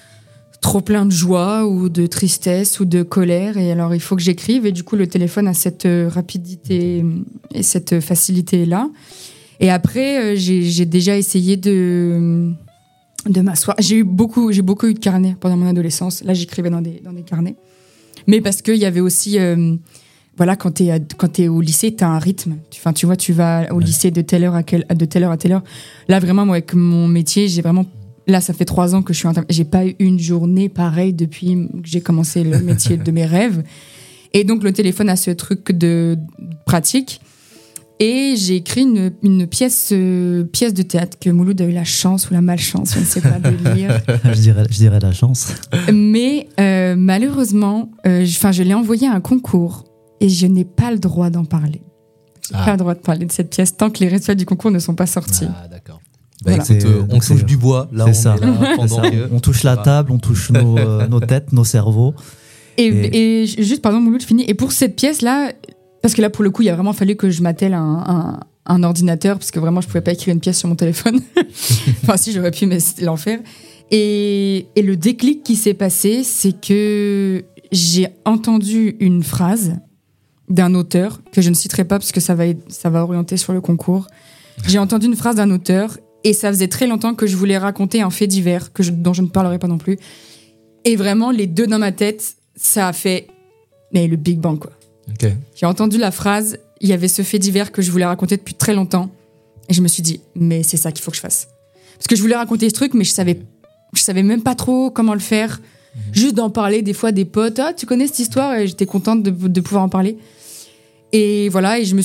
joie ou de tristesse ou de colère. Et alors, il faut que j'écrive. Et du coup, le téléphone a cette rapidité et cette facilité-là. Et après, j'ai déjà essayé de m'asseoir. J'ai beaucoup eu de carnets pendant mon adolescence. Là, j'écrivais dans des carnets. Mais parce qu'il y avait aussi, voilà, quand t'es au lycée, t'as un rythme. Enfin, tu vois, tu vas au lycée de telle heure à telle heure. Là, vraiment, moi, avec mon métier, là, ça fait 3 ans que je suis j'ai pas eu une journée pareille depuis que j'ai commencé le métier de mes rêves. Et donc, le téléphone a ce truc de pratique. Et j'ai écrit une pièce de théâtre que Mouloud a eu la chance ou la malchance, je ne sais pas, de lire. je dirais la chance. Mais malheureusement, je l'ai envoyée à un concours et je n'ai pas le droit d'en parler. Je n'ai pas le droit de parler de cette pièce tant que les résultats du concours ne sont pas sortis. Ah, d'accord. Voilà. Écoute, on touche du bois. Là, on touche la table, on touche nos têtes, nos cerveaux. Et juste, pardon, Mouloud, je finis. Et pour cette pièce-là, parce que là, pour le coup, il a vraiment fallu que je m'attelle à un ordinateur, parce que vraiment, je pouvais pas écrire une pièce sur mon téléphone. Enfin, si, j'aurais pu, mais c'était l'enfer. Et le déclic qui s'est passé, c'est que j'ai entendu une phrase d'un auteur, que je ne citerai pas, parce que ça va orienter sur le concours. J'ai entendu une phrase d'un auteur, et ça faisait très longtemps que je voulais raconter un fait divers, dont je ne parlerai pas non plus. Et vraiment, les deux dans ma tête, ça a fait le Big Bang, quoi. Okay. J'ai entendu la phrase, il y avait ce fait divers que je voulais raconter depuis très longtemps. Et je me suis dit, mais c'est ça qu'il faut que je fasse. Parce que je voulais raconter ce truc, mais je savais même pas trop comment le faire. Juste d'en parler, des fois, des potes. Ah, tu connais cette histoire? Et j'étais contente de pouvoir en parler. Et voilà, et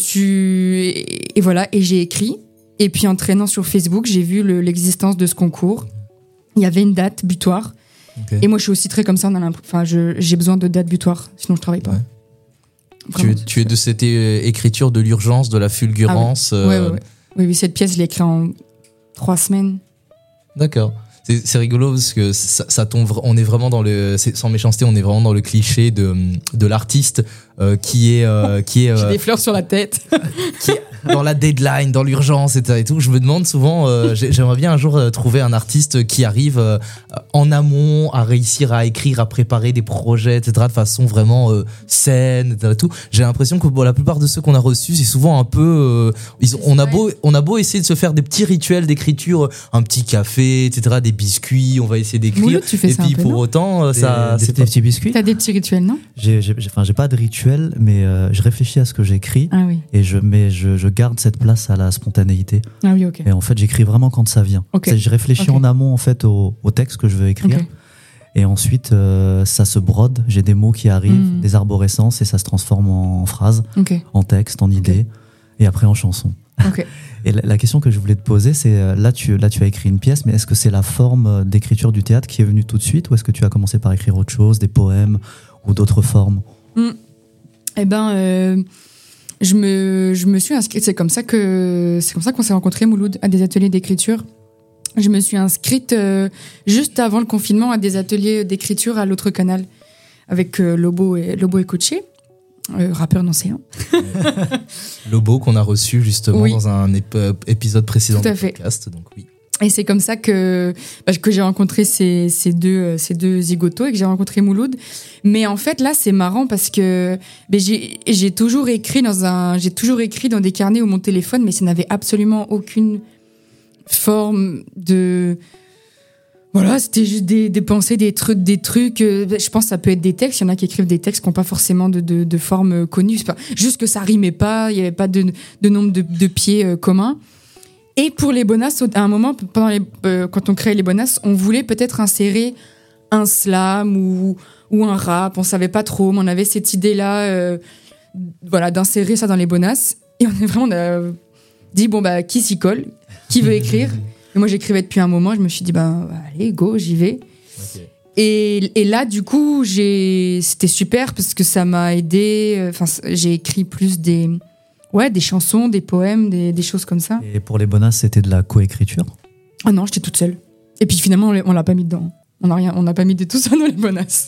j'ai écrit. Et puis en traînant sur Facebook, j'ai vu l'existence de ce concours. Il y avait une date butoir. Okay. Et moi, je suis aussi très comme ça. J'ai besoin de date butoir, sinon je travaille pas. Ouais. Tu es de cette écriture de l'urgence, de la fulgurance. Oui, cette pièce, je l'ai écrite en 3 semaines. D'accord. C'est rigolo parce que ça tombe. On est vraiment sans méchanceté, on est vraiment dans le cliché de l'artiste qui est. J'ai des fleurs sur la tête. Qui est dans la deadline, dans l'urgence, etc. Et tout. Je me demande souvent, j'aimerais bien un jour trouver un artiste qui arrive en amont à réussir à écrire, à préparer des projets, etc. de façon vraiment saine, etc. Tout. J'ai l'impression que la plupart de ceux qu'on a reçus, c'est souvent un peu. On a beau essayer de se faire des petits rituels d'écriture, un petit café, etc. Des biscuits, on va essayer d'écrire. Mouloud, tu fais et ça puis un peu, pour non? autant, ça. Des petits biscuits. T'as des petits rituels, non? J'ai pas de rituel, mais je réfléchis à ce que j'écris. Ah oui. Et je garde cette place à la spontanéité. Ah oui, ok. Et en fait, j'écris vraiment quand ça vient. Okay. Je réfléchis en amont en fait au texte que je veux écrire. Okay. Et ensuite, ça se brode. J'ai des mots qui arrivent, des arborescences, et ça se transforme en phrases, en texte, en idées, et après en chansons. Okay. Et la question que je voulais te poser, c'est là tu as écrit une pièce, mais est-ce que c'est la forme d'écriture du théâtre qui est venue tout de suite, ou est-ce que tu as commencé par écrire autre chose, des poèmes ou d'autres formes? Eh ben, je me suis inscrite. C'est comme ça qu'on s'est rencontrés, Mouloud, à des ateliers d'écriture. Je me suis inscrite juste avant le confinement à des ateliers d'écriture à l'autre canal avec Lobo et Coaché, rappeur nancéen. Lobo qu'on a reçu justement dans un épisode précédent du podcast. Donc oui. Et c'est comme ça que j'ai rencontré ces deux zigotos et que j'ai rencontré Mouloud. Mais en fait, là, c'est marrant parce que j'ai toujours écrit dans des carnets ou mon téléphone, mais ça n'avait absolument aucune forme de... Voilà, c'était juste des pensées, des trucs. Je pense que ça peut être des textes. Il y en a qui écrivent des textes qui n'ont pas forcément de forme connue. C'est pas, juste que ça rimait pas, il n'y avait pas de nombre de pieds communs. Et pour les bonasses, à un moment, quand on créait les bonasses, on voulait peut-être insérer un slam ou un rap. On savait pas trop, mais on avait cette idée-là, d'insérer ça dans les bonasses. Et on a dit, qui s'y colle? Qui veut écrire? Et moi, j'écrivais depuis un moment. Je me suis dit, allez, go, j'y vais. Okay. Et là, du coup, c'était super parce que ça m'a aidé. J'ai écrit plus des chansons, des poèmes, des choses comme ça. Et pour les bonasses, c'était de la coécriture? Ah non, j'étais toute seule. Et puis finalement, on l'a pas mis dedans. On n'a pas mis de tout ça dans les bonasses.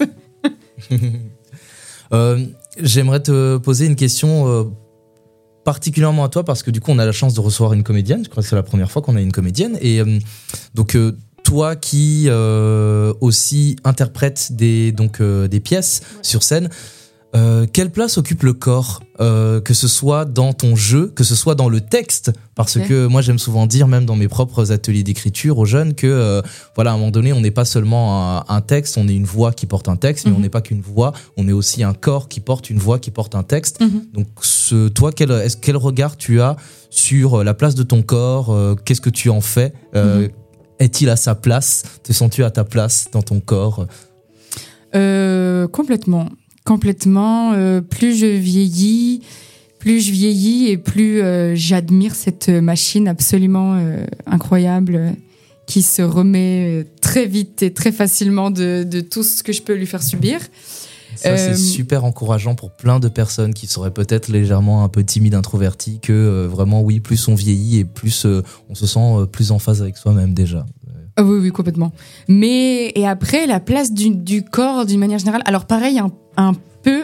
J'aimerais te poser une question particulièrement à toi, parce que du coup, on a la chance de recevoir une comédienne. Je crois que c'est la première fois qu'on a une comédienne. Et donc, toi qui aussi interprètes des pièces sur scène, Quelle place occupe le corps, que ce soit dans ton jeu, que ce soit dans le texte, parce que moi j'aime souvent dire, même dans mes propres ateliers d'écriture aux jeunes, que voilà, à un moment donné, on n'est pas seulement un texte, on est une voix qui porte un texte, mais on n'est pas qu'une voix, on est aussi un corps qui porte une voix qui porte un texte. Donc toi, quel regard tu as sur la place de ton corps, qu'est-ce que tu en fais, est-il à sa place, te sens-tu à ta place dans ton corps? Complètement. Plus je vieillis et plus j'admire cette machine absolument incroyable qui se remet très vite et très facilement de tout ce que je peux lui faire subir. Ça, c'est super encourageant pour plein de personnes qui seraient peut-être légèrement un peu timides, introverties, que vraiment, oui, plus on vieillit et plus on se sent plus en phase avec soi-même déjà. Oui, complètement. Et après, la place du corps d'une manière générale. Alors pareil, un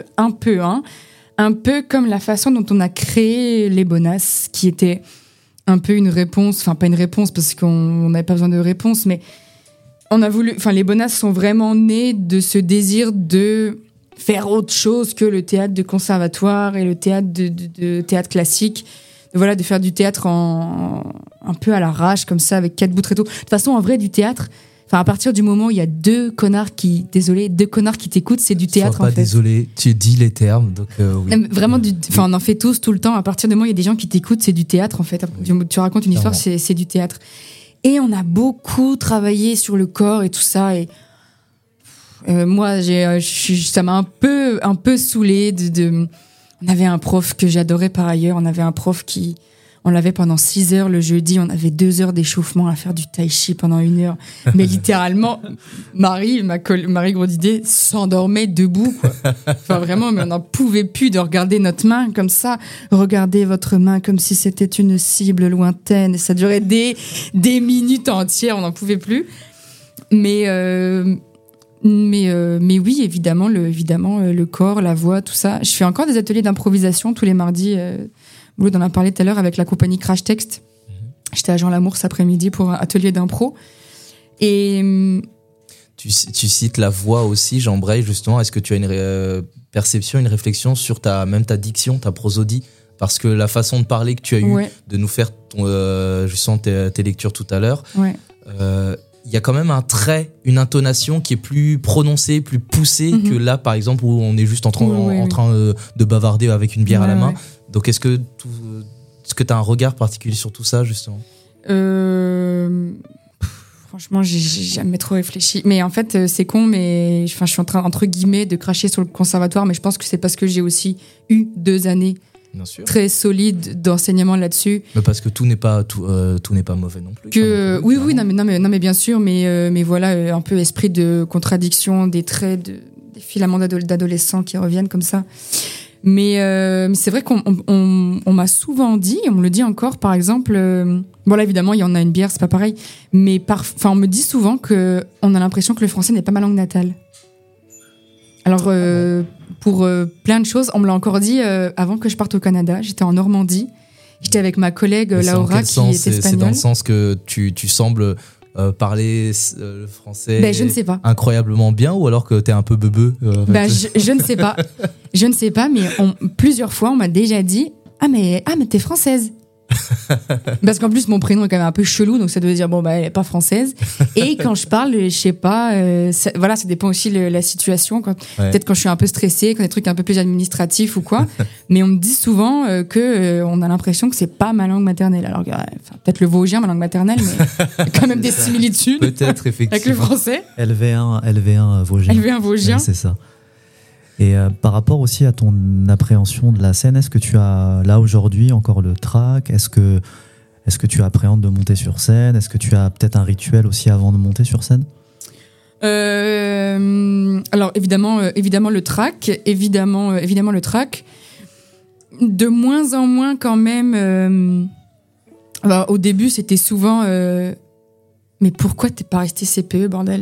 peu comme la façon dont on a créé les bonasses, qui était un peu une réponse, enfin pas une réponse parce qu'on n'avait pas besoin de réponse, mais on a voulu, enfin les bonasses sont vraiment nées de ce désir de faire autre chose que le théâtre de conservatoire et le théâtre de théâtre classique. Voilà, de faire du théâtre un peu à l'arrache, comme ça, avec 4 bouts de tréteau. De toute façon, en vrai, du théâtre, à partir du moment où il y a deux connards qui t'écoutent, c'est du théâtre, Sois pas en fait. désolé, tu dis les termes, donc oui. Vraiment, on en fait tous, tout le temps. À partir du moment où il y a des gens qui t'écoutent, c'est du théâtre, en fait. Oui. Tu racontes une histoire, c'est du théâtre. Et on a beaucoup travaillé sur le corps et tout ça, et moi, ça m'a un peu saoulée On avait un prof que j'adorais par ailleurs. On avait un prof on l'avait pendant 6 heures le jeudi. On avait 2 heures d'échauffement à faire du tai chi pendant 1 heure. Mais littéralement, Marie Grodidé s'endormait debout, quoi. Enfin, vraiment, mais on n'en pouvait plus de regarder notre main comme ça. Regardez votre main comme si c'était une cible lointaine. Et ça durait des minutes entières. On n'en pouvait plus. Mais oui, évidemment, le corps, la voix, tout ça. Je fais encore des ateliers d'improvisation tous les mardis. Maud en a parlé tout à l'heure avec la compagnie Crash Text. J'étais à Jean Lamour cet après-midi pour un atelier d'impro. Et tu cites la voix aussi, Jean Breil, justement. Est-ce que tu as une perception, une réflexion sur ta diction, ta prosodie? Parce que la façon de parler que tu as eu, de nous faire justement tes lectures tout à l'heure, il y a quand même un trait, une intonation qui est plus prononcée, plus poussée que là, par exemple, où on est juste en train de bavarder avec une bière à la main. Donc, est-ce que tu as un regard particulier sur tout ça, justement? Franchement, j'ai jamais trop réfléchi. Mais en fait, c'est con, mais je suis en train, entre guillemets, de cracher sur le conservatoire, mais je pense que c'est parce que j'ai aussi eu 2 années très solides d'enseignement là-dessus. Mais parce que tout n'est pas mauvais non plus. Oui, non mais bien sûr, mais voilà, un peu esprit de contradiction, des traits, des filaments d'adolescents qui reviennent comme ça. Mais c'est vrai qu'on m'a souvent dit, on me le dit encore, par exemple, bon là évidemment il y en a une bière, c'est pas pareil, mais on me dit souvent que on a l'impression que le français n'est pas ma langue natale. Alors pour plein de choses, on me l'a encore dit avant que je parte au Canada. J'étais en Normandie, j'étais avec ma collègue Laura qui est espagnole. C'est dans le sens que tu sembles parler le français je ne sais pas. Incroyablement bien, ou alors que t'es un peu beubeux je ne sais pas. Je ne sais pas, mais plusieurs fois on m'a déjà dit ah mais t'es française. Parce qu'en plus mon prénom est quand même un peu chelou, donc ça doit dire elle est pas française. Et quand je parle, je sais pas, ça dépend aussi de la situation, peut-être quand je suis un peu stressée, quand des trucs un peu plus administratifs ou quoi. Mais on me dit souvent que on a l'impression que c'est pas ma langue maternelle. Alors peut-être le vosgien, ma langue maternelle, mais il y a quand même des similitudes. Peut-être effectivement avec le français. LV1 vosgien. LV1 vosgien. Ouais, c'est ça. Et par rapport aussi à ton appréhension de la scène, est-ce que tu as là aujourd'hui encore le trac? Est-ce que tu appréhendes de monter sur scène? Est-ce que tu as peut-être un rituel aussi avant de monter sur scène? Alors évidemment le trac, évidemment le trac. De moins en moins quand même. Au début c'était souvent. Mais pourquoi t'es pas resté CPE, bordel?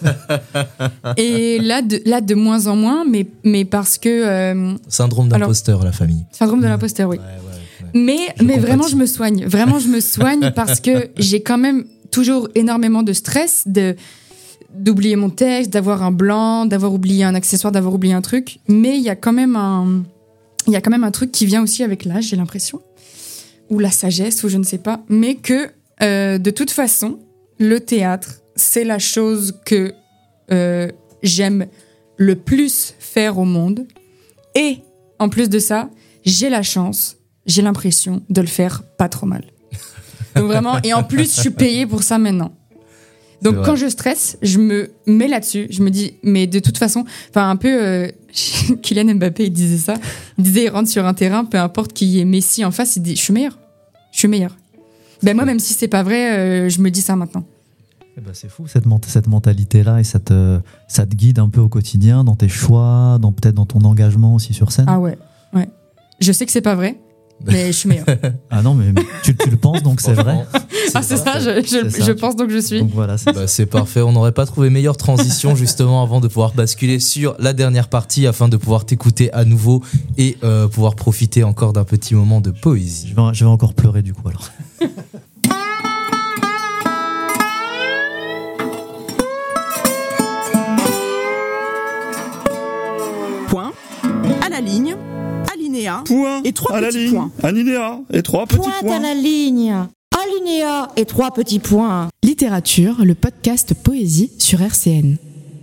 Et là, de moins en moins, mais parce que... Syndrome d'imposteur, la famille. Syndrome de l'imposteur, oui. Ouais. Mais vraiment, je me soigne. Vraiment, je me soigne parce que j'ai quand même toujours énormément de stress, d'oublier mon texte, d'avoir un blanc, d'avoir oublié un accessoire, d'avoir oublié un truc. Mais il y a quand même un truc qui vient aussi avec l'âge, j'ai l'impression. Ou la sagesse, ou je ne sais pas. Mais que, de toute façon, le théâtre, c'est la chose que j'aime le plus faire au monde. Et, en plus de ça, j'ai l'impression de le faire pas trop mal. Donc vraiment, et en plus, je suis payée pour ça maintenant. Donc quand je stresse, je me mets là-dessus. Je me dis, mais de toute façon, enfin un peu, Kylian Mbappé, il disait ça. Il disait, il rentre sur un terrain, peu importe qui est Messi en face, il dit, je suis meilleur. Ben moi, même si c'est pas vrai, je me dis ça maintenant. Eh ben c'est fou cette mentalité-là, et ça te guide un peu au quotidien, dans tes choix, peut-être dans ton engagement aussi sur scène. Ah ouais. Je sais que c'est pas vrai, mais je suis meilleure. Ah non, mais tu le penses, donc c'est vrai. C'est ça, je pense, donc je suis. Donc voilà, c'est parfait. On n'aurait pas trouvé meilleure transition justement avant de pouvoir basculer sur la dernière partie afin de pouvoir t'écouter à nouveau et pouvoir profiter encore d'un petit moment de poésie. Je vais encore pleurer du coup alors. Point, à la ligne, alinéa, point, et 3 petits points. Alinéa, et 3 petits points. Point à la ligne, alinéa, et 3 petits points. Littérature, le podcast Poésie sur RCN.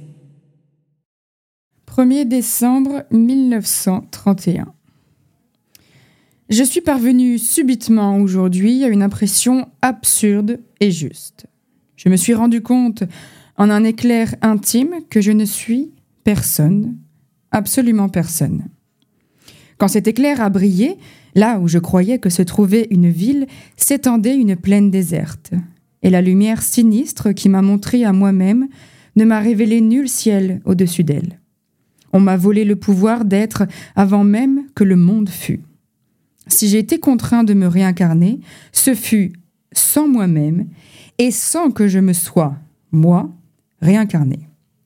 1er décembre 1931. Je suis parvenue subitement aujourd'hui à une impression absurde et juste. Je me suis rendu compte en un éclair intime que je ne suis personne, absolument personne. Quand cet éclair a brillé, là où je croyais que se trouvait une ville, s'étendait une plaine déserte. Et la lumière sinistre qui m'a montré à moi-même ne m'a révélé nul ciel au-dessus d'elle. On m'a volé le pouvoir d'être avant même que le monde fût. Si j'ai été contraint de me réincarner, ce fut sans moi-même et sans que je me sois, moi, réincarné.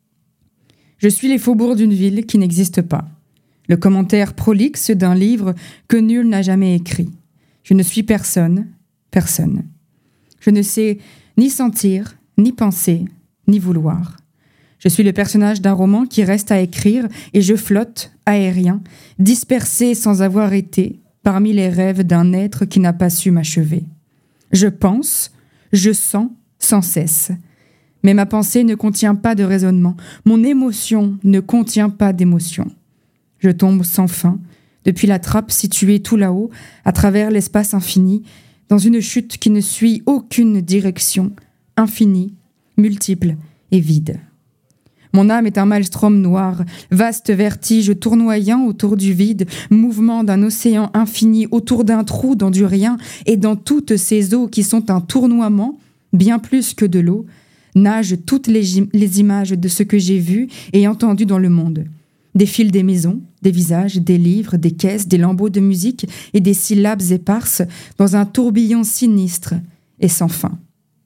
Je suis les faubourgs d'une ville qui n'existe pas. Le commentaire prolixe d'un livre que nul n'a jamais écrit. Je ne suis personne, personne. Je ne sais ni sentir, ni penser, ni vouloir. Je suis le personnage d'un roman qui reste à écrire et je flotte, aérien, dispersé sans avoir été, parmi les rêves d'un être qui n'a pas su m'achever. Je pense, je sens sans cesse. Mais ma pensée ne contient pas de raisonnement. Mon émotion ne contient pas d'émotion. Je tombe sans fin, depuis la trappe située tout là-haut, à travers l'espace infini, dans une chute qui ne suit aucune direction, infinie, multiple et vide. Mon âme est un maelstrom noir, vaste vertige tournoyant autour du vide, mouvement d'un océan infini autour d'un trou dans du rien, et dans toutes ces eaux qui sont un tournoiement, bien plus que de l'eau, nagent toutes les images de ce que j'ai vu et entendu dans le monde. Des fils des maisons, des visages, des livres, des caisses, des lambeaux de musique et des syllabes éparses dans un tourbillon sinistre et sans fin.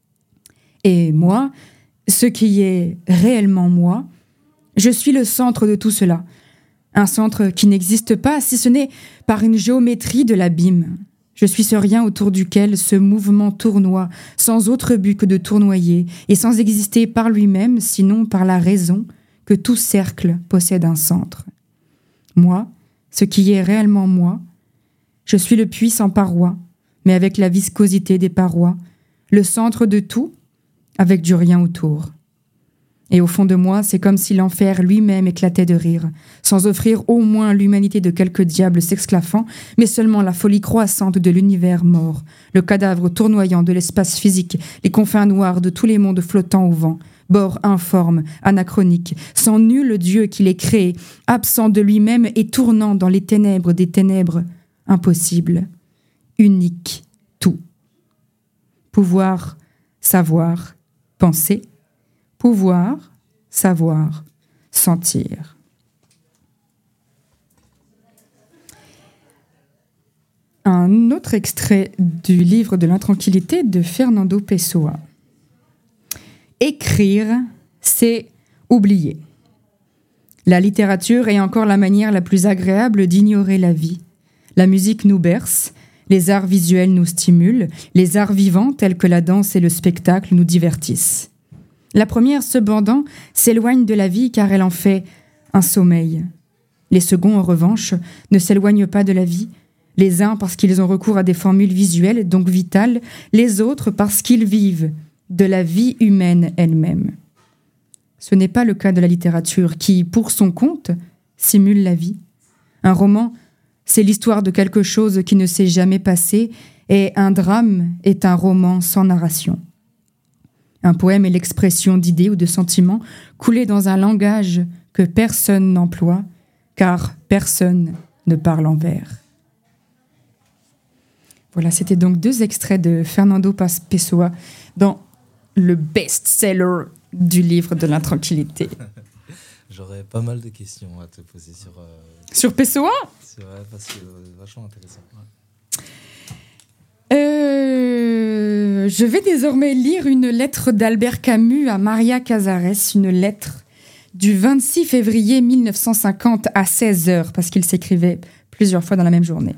Et moi, ce qui est réellement moi, je suis le centre de tout cela. Un centre qui n'existe pas si ce n'est par une géométrie de l'abîme. Je suis ce rien autour duquel ce mouvement tournoie, sans autre but que de tournoyer, et sans exister par lui-même, sinon par la raison que tout cercle possède un centre. Moi, ce qui est réellement moi, je suis le puits sans parois, mais avec la viscosité des parois, le centre de tout, avec du rien autour. Et au fond de moi, c'est comme si l'enfer lui-même éclatait de rire, sans offrir au moins l'humanité de quelques diables s'exclaffant, mais seulement la folie croissante de l'univers mort, le cadavre tournoyant de l'espace physique, les confins noirs de tous les mondes flottants au vent, bord informe, anachronique, sans nul Dieu qui l'ait créé, absent de lui-même et tournant dans les ténèbres des ténèbres, impossible, unique, tout. Pouvoir, savoir, penser, pouvoir, savoir, sentir. Un autre extrait du livre de l'intranquillité de Fernando Pessoa. Écrire, c'est oublier. La littérature est encore la manière la plus agréable d'ignorer la vie. La musique nous berce, les arts visuels nous stimulent, les arts vivants tels que la danse et le spectacle nous divertissent. La première, cependant, s'éloigne de la vie car elle en fait un sommeil. Les seconds, en revanche, ne s'éloignent pas de la vie. Les uns parce qu'ils ont recours à des formules visuelles, donc vitales, les autres parce qu'ils vivent de la vie humaine elle-même. Ce n'est pas le cas de la littérature qui, pour son compte, simule la vie. Un roman, c'est l'histoire de quelque chose qui ne s'est jamais passé, et un drame est un roman sans narration. Un poème est l'expression d'idées ou de sentiments coulés dans un langage que personne n'emploie, car personne ne parle en vers. Voilà, c'était donc 2 extraits de Fernando Paz Pessoa dans le best-seller du livre de l'intranquillité. J'aurais pas mal de questions à te poser sur... Sur Pessoa ? C'est vrai, parce que c'est vachement intéressant. Je vais désormais lire une lettre d'Albert Camus à Maria Casares, une lettre du 26 février 1950 à 16h, parce qu'il s'écrivait plusieurs fois dans la même journée.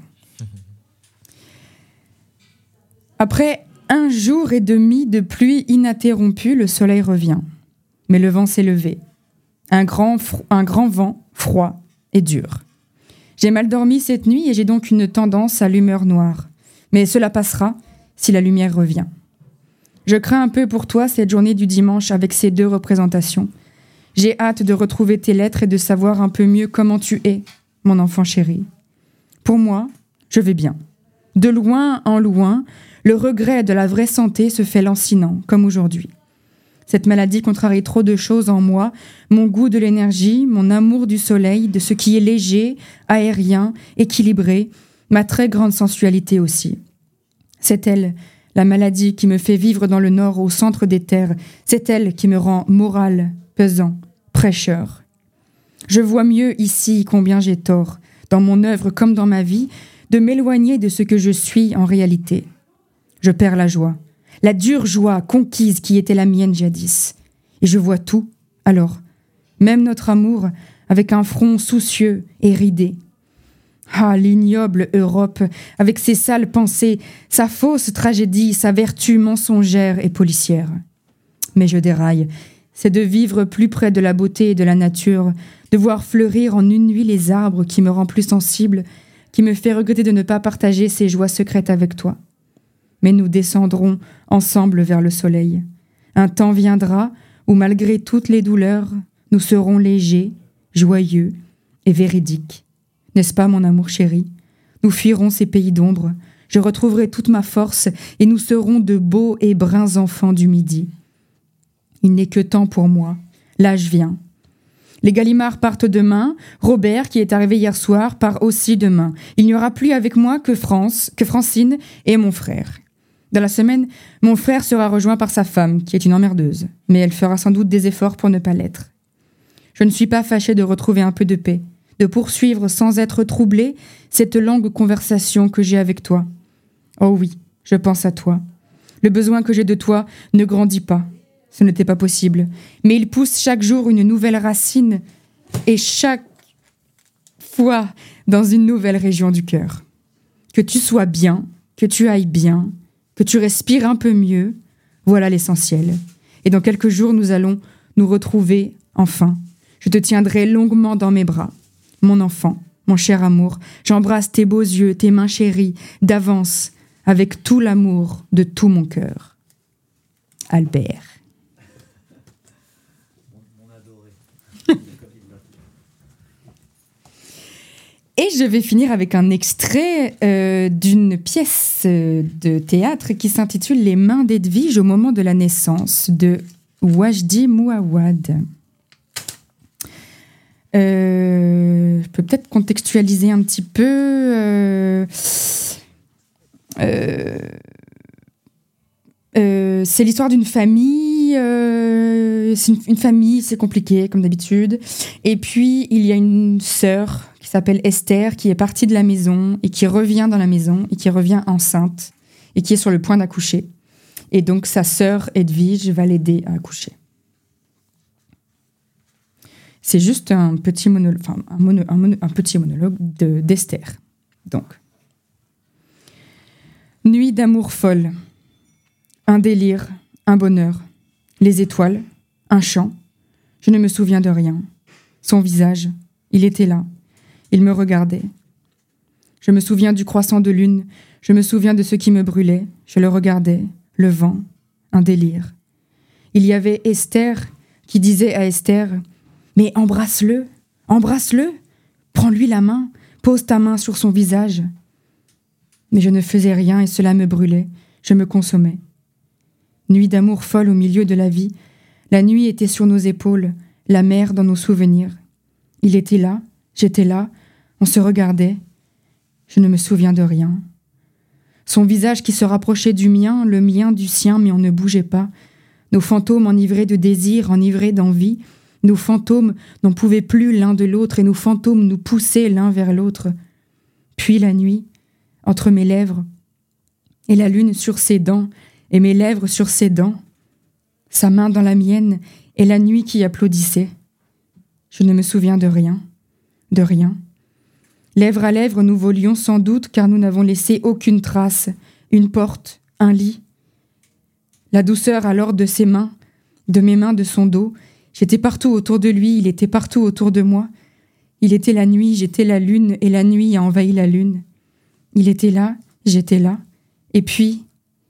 Après 1 jour et demi de pluie ininterrompue, le soleil revient. Mais le vent s'est levé. Un grand vent froid et dur. J'ai mal dormi cette nuit et j'ai donc une tendance à l'humeur noire. Mais cela passera si la lumière revient. Je crains un peu pour toi cette journée du dimanche avec ces 2 représentations. J'ai hâte de retrouver tes lettres et de savoir un peu mieux comment tu es, mon enfant chéri. Pour moi, je vais bien. De loin en loin, le regret de la vraie santé se fait lancinant, comme aujourd'hui. Cette maladie contrarie trop de choses en moi, mon goût de l'énergie, mon amour du soleil, de ce qui est léger, aérien, équilibré, ma très grande sensualité aussi. C'est elle, la maladie qui me fait vivre dans le nord au centre des terres, c'est elle qui me rend moral, pesant, prêcheur. Je vois mieux ici combien j'ai tort, dans mon œuvre comme dans ma vie, de m'éloigner de ce que je suis en réalité. Je perds la joie, la dure joie conquise qui était la mienne jadis. Et je vois tout, alors, même notre amour, avec un front soucieux et ridé. Ah, l'ignoble Europe, avec ses sales pensées, sa fausse tragédie, sa vertu mensongère et policière. Mais je déraille, c'est de vivre plus près de la beauté et de la nature, de voir fleurir en une nuit les arbres qui me rend plus sensible, qui me fait regretter de ne pas partager ces joies secrètes avec toi. Mais nous descendrons ensemble vers le soleil. Un temps viendra où, malgré toutes les douleurs, nous serons légers, joyeux et véridiques. N'est-ce pas, mon amour chéri ? Nous fuirons ces pays d'ombre, je retrouverai toute ma force et nous serons de beaux et bruns enfants du midi. Il n'est que temps pour moi, l'âge vient. Les Gallimard partent demain, Robert, qui est arrivé hier soir, part aussi demain. Il n'y aura plus avec moi que Francine et mon frère. Dans la semaine, mon frère sera rejoint par sa femme, qui est une emmerdeuse, mais elle fera sans doute des efforts pour ne pas l'être. Je ne suis pas fâchée de retrouver un peu de paix, de poursuivre sans être troublée cette longue conversation que j'ai avec toi. Oh oui, je pense à toi. Le besoin que j'ai de toi ne grandit pas. Ce n'était pas possible. Mais il pousse chaque jour une nouvelle racine et chaque fois dans une nouvelle région du cœur. Que tu sois bien, que tu ailles bien, que tu respires un peu mieux, voilà l'essentiel. Et dans quelques jours, nous allons nous retrouver enfin. Je te tiendrai longuement dans mes bras. Mon enfant, mon cher amour, j'embrasse tes beaux yeux, tes mains chéries, d'avance, avec tout l'amour de tout mon cœur. Albert. Et je vais finir avec un extrait d'une pièce de théâtre qui s'intitule « Les mains d'Edwige au moment de la naissance » de Wajdi Mouawad. Je peux peut-être contextualiser un petit peu. C'est l'histoire d'une famille. C'est une famille, c'est compliqué, comme d'habitude. Et puis, il y a une sœur qui s'appelle Esther, qui est partie de la maison et qui revient dans la maison et qui revient enceinte et qui est sur le point d'accoucher. Et donc, sa sœur Edwige va l'aider à accoucher. C'est juste un petit monologue, un petit monologue d'Esther. Donc, nuit d'amour folle, un délire, un bonheur, les étoiles, Un chant. Je ne me souviens de rien. Son visage, il était là. Il me regardait. Je me souviens du croissant de lune. Je me souviens de ce qui me brûlait. Je le regardais. Le vent. Un délire. Il y avait Esther qui disait à Esther « Mais embrasse-le, embrasse-le, prends-lui la main, pose ta main sur son visage. » Mais je ne faisais rien et cela me brûlait, je me consommais. Nuit d'amour folle au milieu de la vie, la nuit était sur nos épaules, la mer dans nos souvenirs. Il était là, j'étais là, on se regardait. Je ne me souviens de rien. Son visage qui se rapprochait du mien, le mien du sien, mais on ne bougeait pas. Nos fantômes enivrés de désir, enivrés d'envie. Nos fantômes n'en pouvaient plus l'un de l'autre et nos fantômes nous poussaient l'un vers l'autre. Puis la nuit, entre mes lèvres, et la lune sur ses dents, et mes lèvres sur ses dents, sa main dans la mienne, et la nuit qui applaudissait. Je ne me souviens de rien, de rien. Lèvre à lèvre, nous volions sans doute, car nous n'avons laissé aucune trace, une porte, un lit. La douceur alors de ses mains, de mes mains, de son dos, j'étais partout autour de lui, il était partout autour de moi. Il était la nuit, j'étais la lune, et la nuit a envahi la lune. Il était là, j'étais là, et puis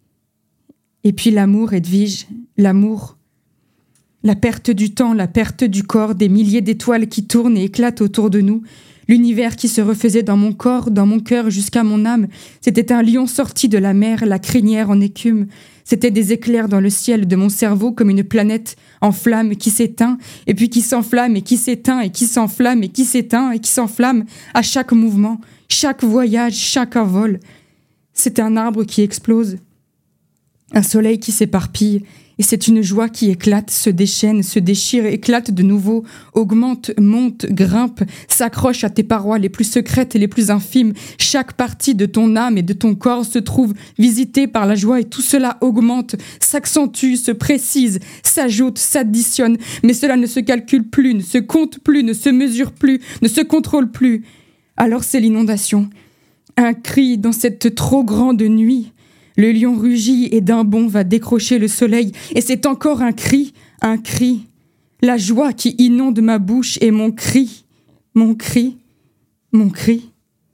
l'amour, Edwige, l'amour. La perte du temps, la perte du corps, des milliers d'étoiles qui tournent et éclatent autour de nous, l'univers qui se refaisait dans mon corps, dans mon cœur, jusqu'à mon âme. C'était un lion sorti de la mer, la crinière en écume. C'était des éclairs dans le ciel de mon cerveau comme une planète en flamme qui s'éteint, et puis qui s'enflamme et qui s'éteint, et qui s'enflamme et qui s'éteint, et qui s'enflamme à chaque mouvement, chaque voyage, chaque envol. C'est un arbre qui explose, un soleil qui s'éparpille, et c'est une joie qui éclate, se déchaîne, se déchire, éclate de nouveau, augmente, monte, grimpe, s'accroche à tes parois les plus secrètes et les plus infimes. Chaque partie de ton âme et de ton corps se trouve visitée par la joie et tout cela augmente, s'accentue, se précise, s'ajoute, s'additionne. Mais cela ne se calcule plus, ne se compte plus, ne se mesure plus, ne se contrôle plus. Alors c'est l'inondation. Un cri dans cette trop grande nuit. Le lion rugit et d'un bond va décrocher le soleil. Et c'est encore un cri, un cri. La joie qui inonde ma bouche et mon cri, mon cri, mon cri.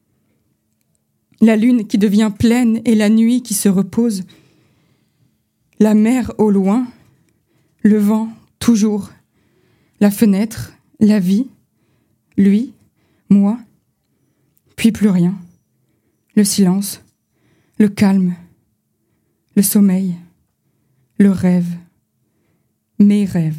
La lune qui devient pleine et la nuit qui se repose. La mer au loin, le vent toujours. La fenêtre, la vie, lui, moi. Puis plus rien. Le silence, le calme. Le sommeil, le rêve, mes rêves.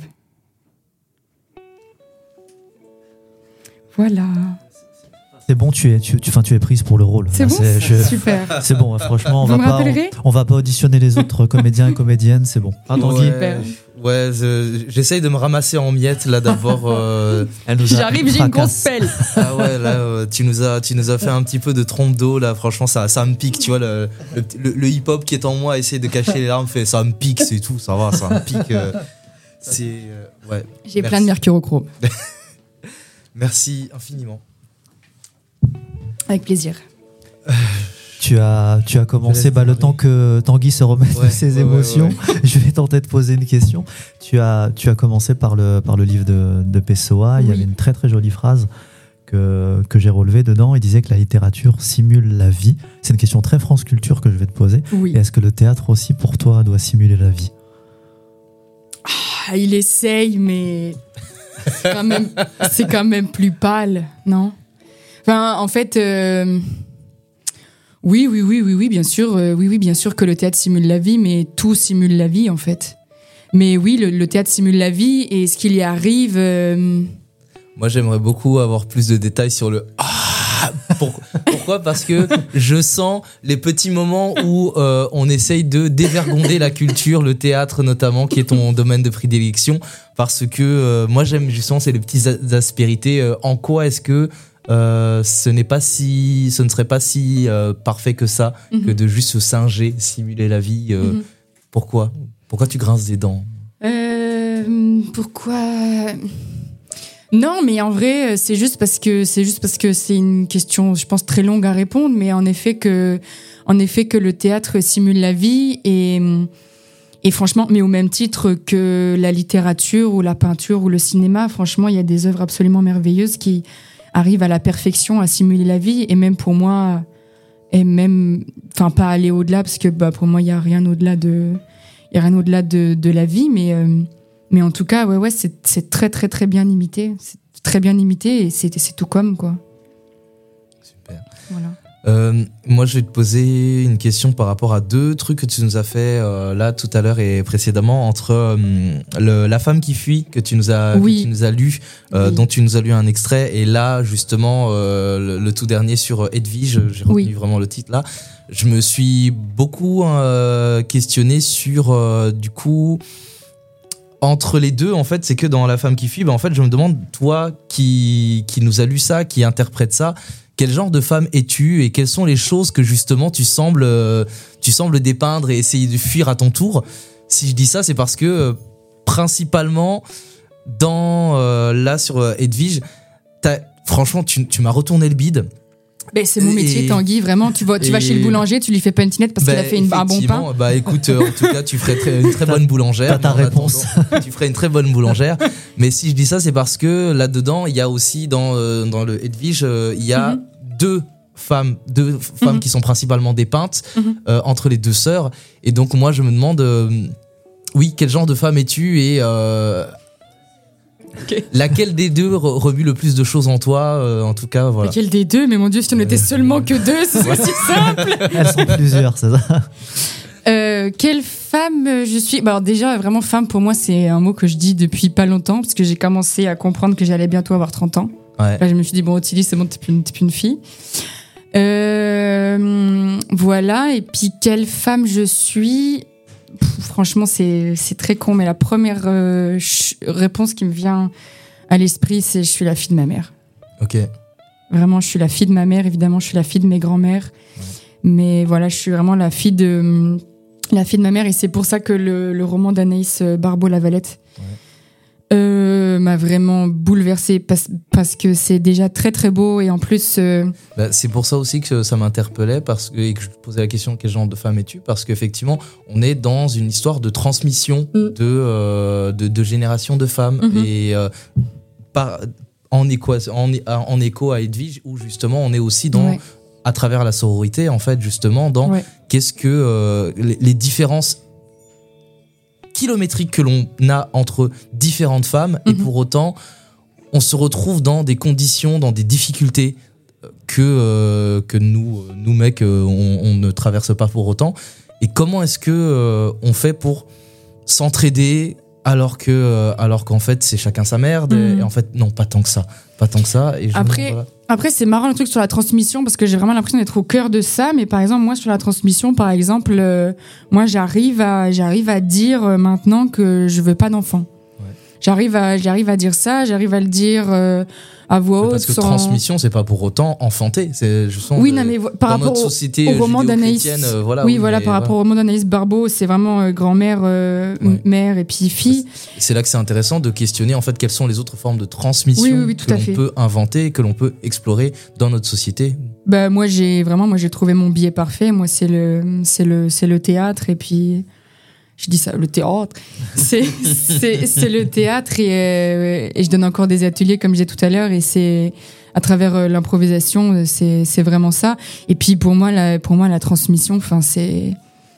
Voilà. C'est bon, tu es prise pour le rôle. C'est bon, super. C'est bon, franchement, on va pas auditionner les autres comédiens et comédiennes, c'est bon. Pardon, Guy. Ouais, j'essaye de me ramasser en miettes là d'abord. J'arrive, j'ai une grosse pelle. Ah ouais, là, tu nous as fait un petit peu de trompe d'eau là. Franchement, ça me pique, tu vois. Le hip-hop qui est en moi essaie de cacher les larmes, ça me pique, c'est tout. Ça va, ça me pique. Ouais. J'ai plein de mercurochrome. Merci infiniment. Avec plaisir. Tu as commencé le temps que Tanguy se remette de ses émotions. Ouais. Je vais tenter de poser une question. Tu as commencé par le livre de Pessoa. Il y avait une très très jolie phrase que j'ai relevée dedans. Il disait que la littérature simule la vie. C'est une question très France Culture que je vais te poser. Oui. Et est-ce que le théâtre aussi pour toi doit simuler la vie ? Il essaye, mais c'est quand même plus pâle, non ? Enfin, en fait, oui, bien sûr, oui, bien sûr que le théâtre simule la vie, mais tout simule la vie, en fait. Mais oui, le théâtre simule la vie, et ce qu'il y arrive... Moi, j'aimerais beaucoup avoir plus de détails sur le... Pourquoi ? Parce que je sens les petits moments où on essaye de dévergonder la culture, le théâtre notamment, qui est ton domaine de prédilection, parce que moi, j'aime justement, c'est les petites aspérités. En quoi est-ce que ce ne serait pas si parfait que ça, que de juste se singer, simuler la vie. Pourquoi tu grinces des dents ? Pourquoi ? Non, mais en vrai, c'est juste parce que c'est une question, je pense, très longue à répondre, mais en effet que le théâtre simule la vie et Et franchement, mais au même titre que la littérature ou la peinture ou le cinéma, franchement, il y a des œuvres absolument merveilleuses qui arrivent à la perfection à simuler la vie. Et même pour moi, pas aller au-delà, parce que pour moi, il n'y a rien au-delà de la vie. Mais en tout cas, ouais, c'est très, très, très bien imité. C'est très bien imité et c'est tout comme, quoi. Super. Voilà. Moi, je vais te poser une question par rapport à 2 trucs que tu nous as fait là tout à l'heure et précédemment entre La femme qui fuit que tu nous as lu, dont tu nous as lu un extrait, et là justement le tout dernier sur Edwige, j'ai retenu vraiment le titre là. Je me suis beaucoup questionné sur du coup entre les deux. En fait, c'est que dans La femme qui fuit, en fait, je me demande, toi qui nous a lu ça, qui interprète ça, quel genre de femme es-tu et quelles sont les choses que justement tu sembles dépeindre et essayer de fuir à ton tour? Si je dis ça, c'est parce que principalement là sur Edwige, franchement tu m'as retourné le bide. Ben, c'est mon métier, Tanguy, vraiment. Tu vas chez le boulanger, tu lui fais pas une tinette parce qu'il a fait un bon pain. Écoute, en tout cas, tu ferais une très bonne boulangère. T'as ta réponse. Tu ferais une très bonne boulangère. Mais si je dis ça, c'est parce que là-dedans, il y a aussi dans le Edwige, il y a deux femmes qui sont principalement dépeintes entre les 2 sœurs. Et donc, moi, je me demande, quel genre de femme es-tu et laquelle des 2 remue le plus de choses en toi, en tout cas, voilà. Laquelle des 2? Mais mon Dieu, si on était seulement que 2, ce serait si simple. Elles sont plusieurs, c'est ça. Quelle femme je suis? Alors déjà, vraiment, femme, pour moi, c'est un mot que je dis depuis pas longtemps, parce que j'ai commencé à comprendre que j'allais bientôt avoir 30 ans. Ouais. Là, je me suis dit, Ottilie, c'est bon, t'es plus une fille. Voilà, et puis quelle femme je suis? Franchement, c'est très con, mais la première réponse qui me vient à l'esprit, c'est je suis la fille de ma mère. Ok. Vraiment, je suis la fille de ma mère. Évidemment, je suis la fille de mes grands-mères. Mais voilà, je suis vraiment la fille de ma mère. Et c'est pour ça que le roman d'Anaïs Barbeau-Lavalette m'a vraiment bouleversée parce que c'est déjà très très beau et en plus c'est pour ça aussi que ça m'interpellait et que je te posais la question quel genre de femme es-tu, parce qu'effectivement on est dans une histoire de transmission de générations de femmes et en écho à Edwige, où justement on est aussi dans à travers la sororité en fait, justement dans qu'est-ce que les différences kilométriques que l'on a entre différentes femmes, et pour autant on se retrouve dans des conditions, dans des difficultés que nous mecs on ne traverse pas pour autant. Et comment est-ce que on fait pour s'entraider alors qu'en fait c'est chacun sa merde et en fait non, pas tant que ça et après c'est marrant le truc sur la transmission, parce que j'ai vraiment l'impression d'être au cœur de ça, mais par exemple moi sur la transmission, par exemple moi j'arrive à dire maintenant que je veux pas d'enfant. J'arrive à dire ça, j'arrive à le dire à voix haute. Parce que transmission, c'est pas pour autant enfanter. C'est par rapport notre société au roman d'Anaïs, par rapport au roman d'Anaïs Barbeau, c'est vraiment grand-mère, mère et puis fille. C'est là que c'est intéressant de questionner en fait quelles sont les autres formes de transmission que l'on peut inventer, que l'on peut explorer dans notre société. Moi j'ai trouvé mon billet parfait. Moi c'est le théâtre, et puis je dis ça, le théâtre, c'est le théâtre, et je donne encore des ateliers comme j'ai tout à l'heure, et c'est à travers l'improvisation, c'est vraiment ça. Et puis pour moi la transmission, enfin c'est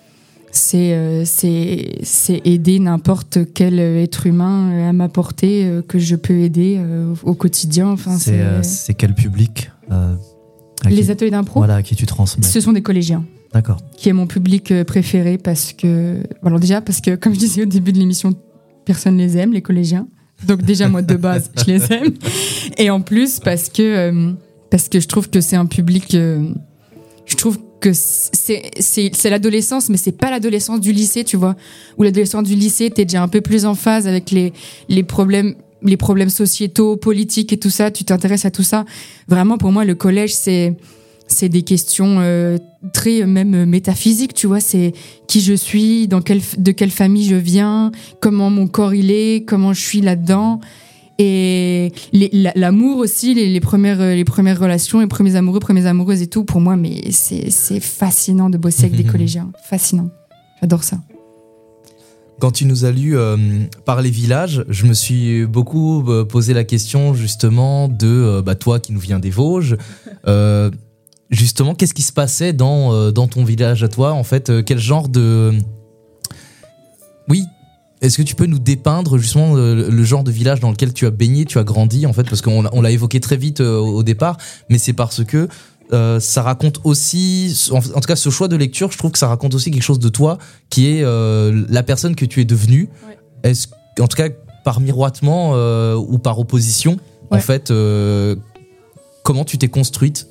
aider n'importe quel être humain à m'apporter, que je peux aider au quotidien. Enfin c'est quel public les ateliers d'impro, voilà, à qui tu transmets? Ce sont des collégiens. D'accord. Qui est mon public préféré parce que comme je disais au début de l'émission, personne les aime, les collégiens. Donc déjà moi de base je les aime, et en plus parce que je trouve que c'est un public, je trouve que c'est l'adolescence, mais c'est pas l'adolescence du lycée, tu vois, où l'adolescence du lycée t'es déjà un peu plus en phase avec les problèmes sociétaux, politiques et tout ça, tu t'intéresses à tout ça. Vraiment pour moi le collège c'est des questions très même métaphysiques, tu vois, c'est qui je suis, de quelle famille je viens, comment mon corps il est, comment je suis là-dedans, et l'amour aussi, les premières relations, les premiers amoureux, premières amoureuses et tout. Pour moi, mais c'est fascinant de bosser avec des collégiens, fascinant, j'adore ça. Quand tu nous as lu par les villages, je me suis beaucoup posé la question justement de toi qui nous viens des Vosges. Justement, qu'est-ce qui se passait dans ton village à toi en fait quel genre de... Oui, est-ce que tu peux nous dépeindre justement le genre de village dans lequel tu as baigné, tu as grandi en fait, parce qu'on l'a évoqué très vite au départ, mais c'est parce que ça raconte aussi, en tout cas ce choix de lecture, je trouve que ça raconte aussi quelque chose de toi, qui est la personne que tu es devenue. Ouais. Est-ce, en tout cas par miroitement ou par opposition, en fait, comment tu t'es construite?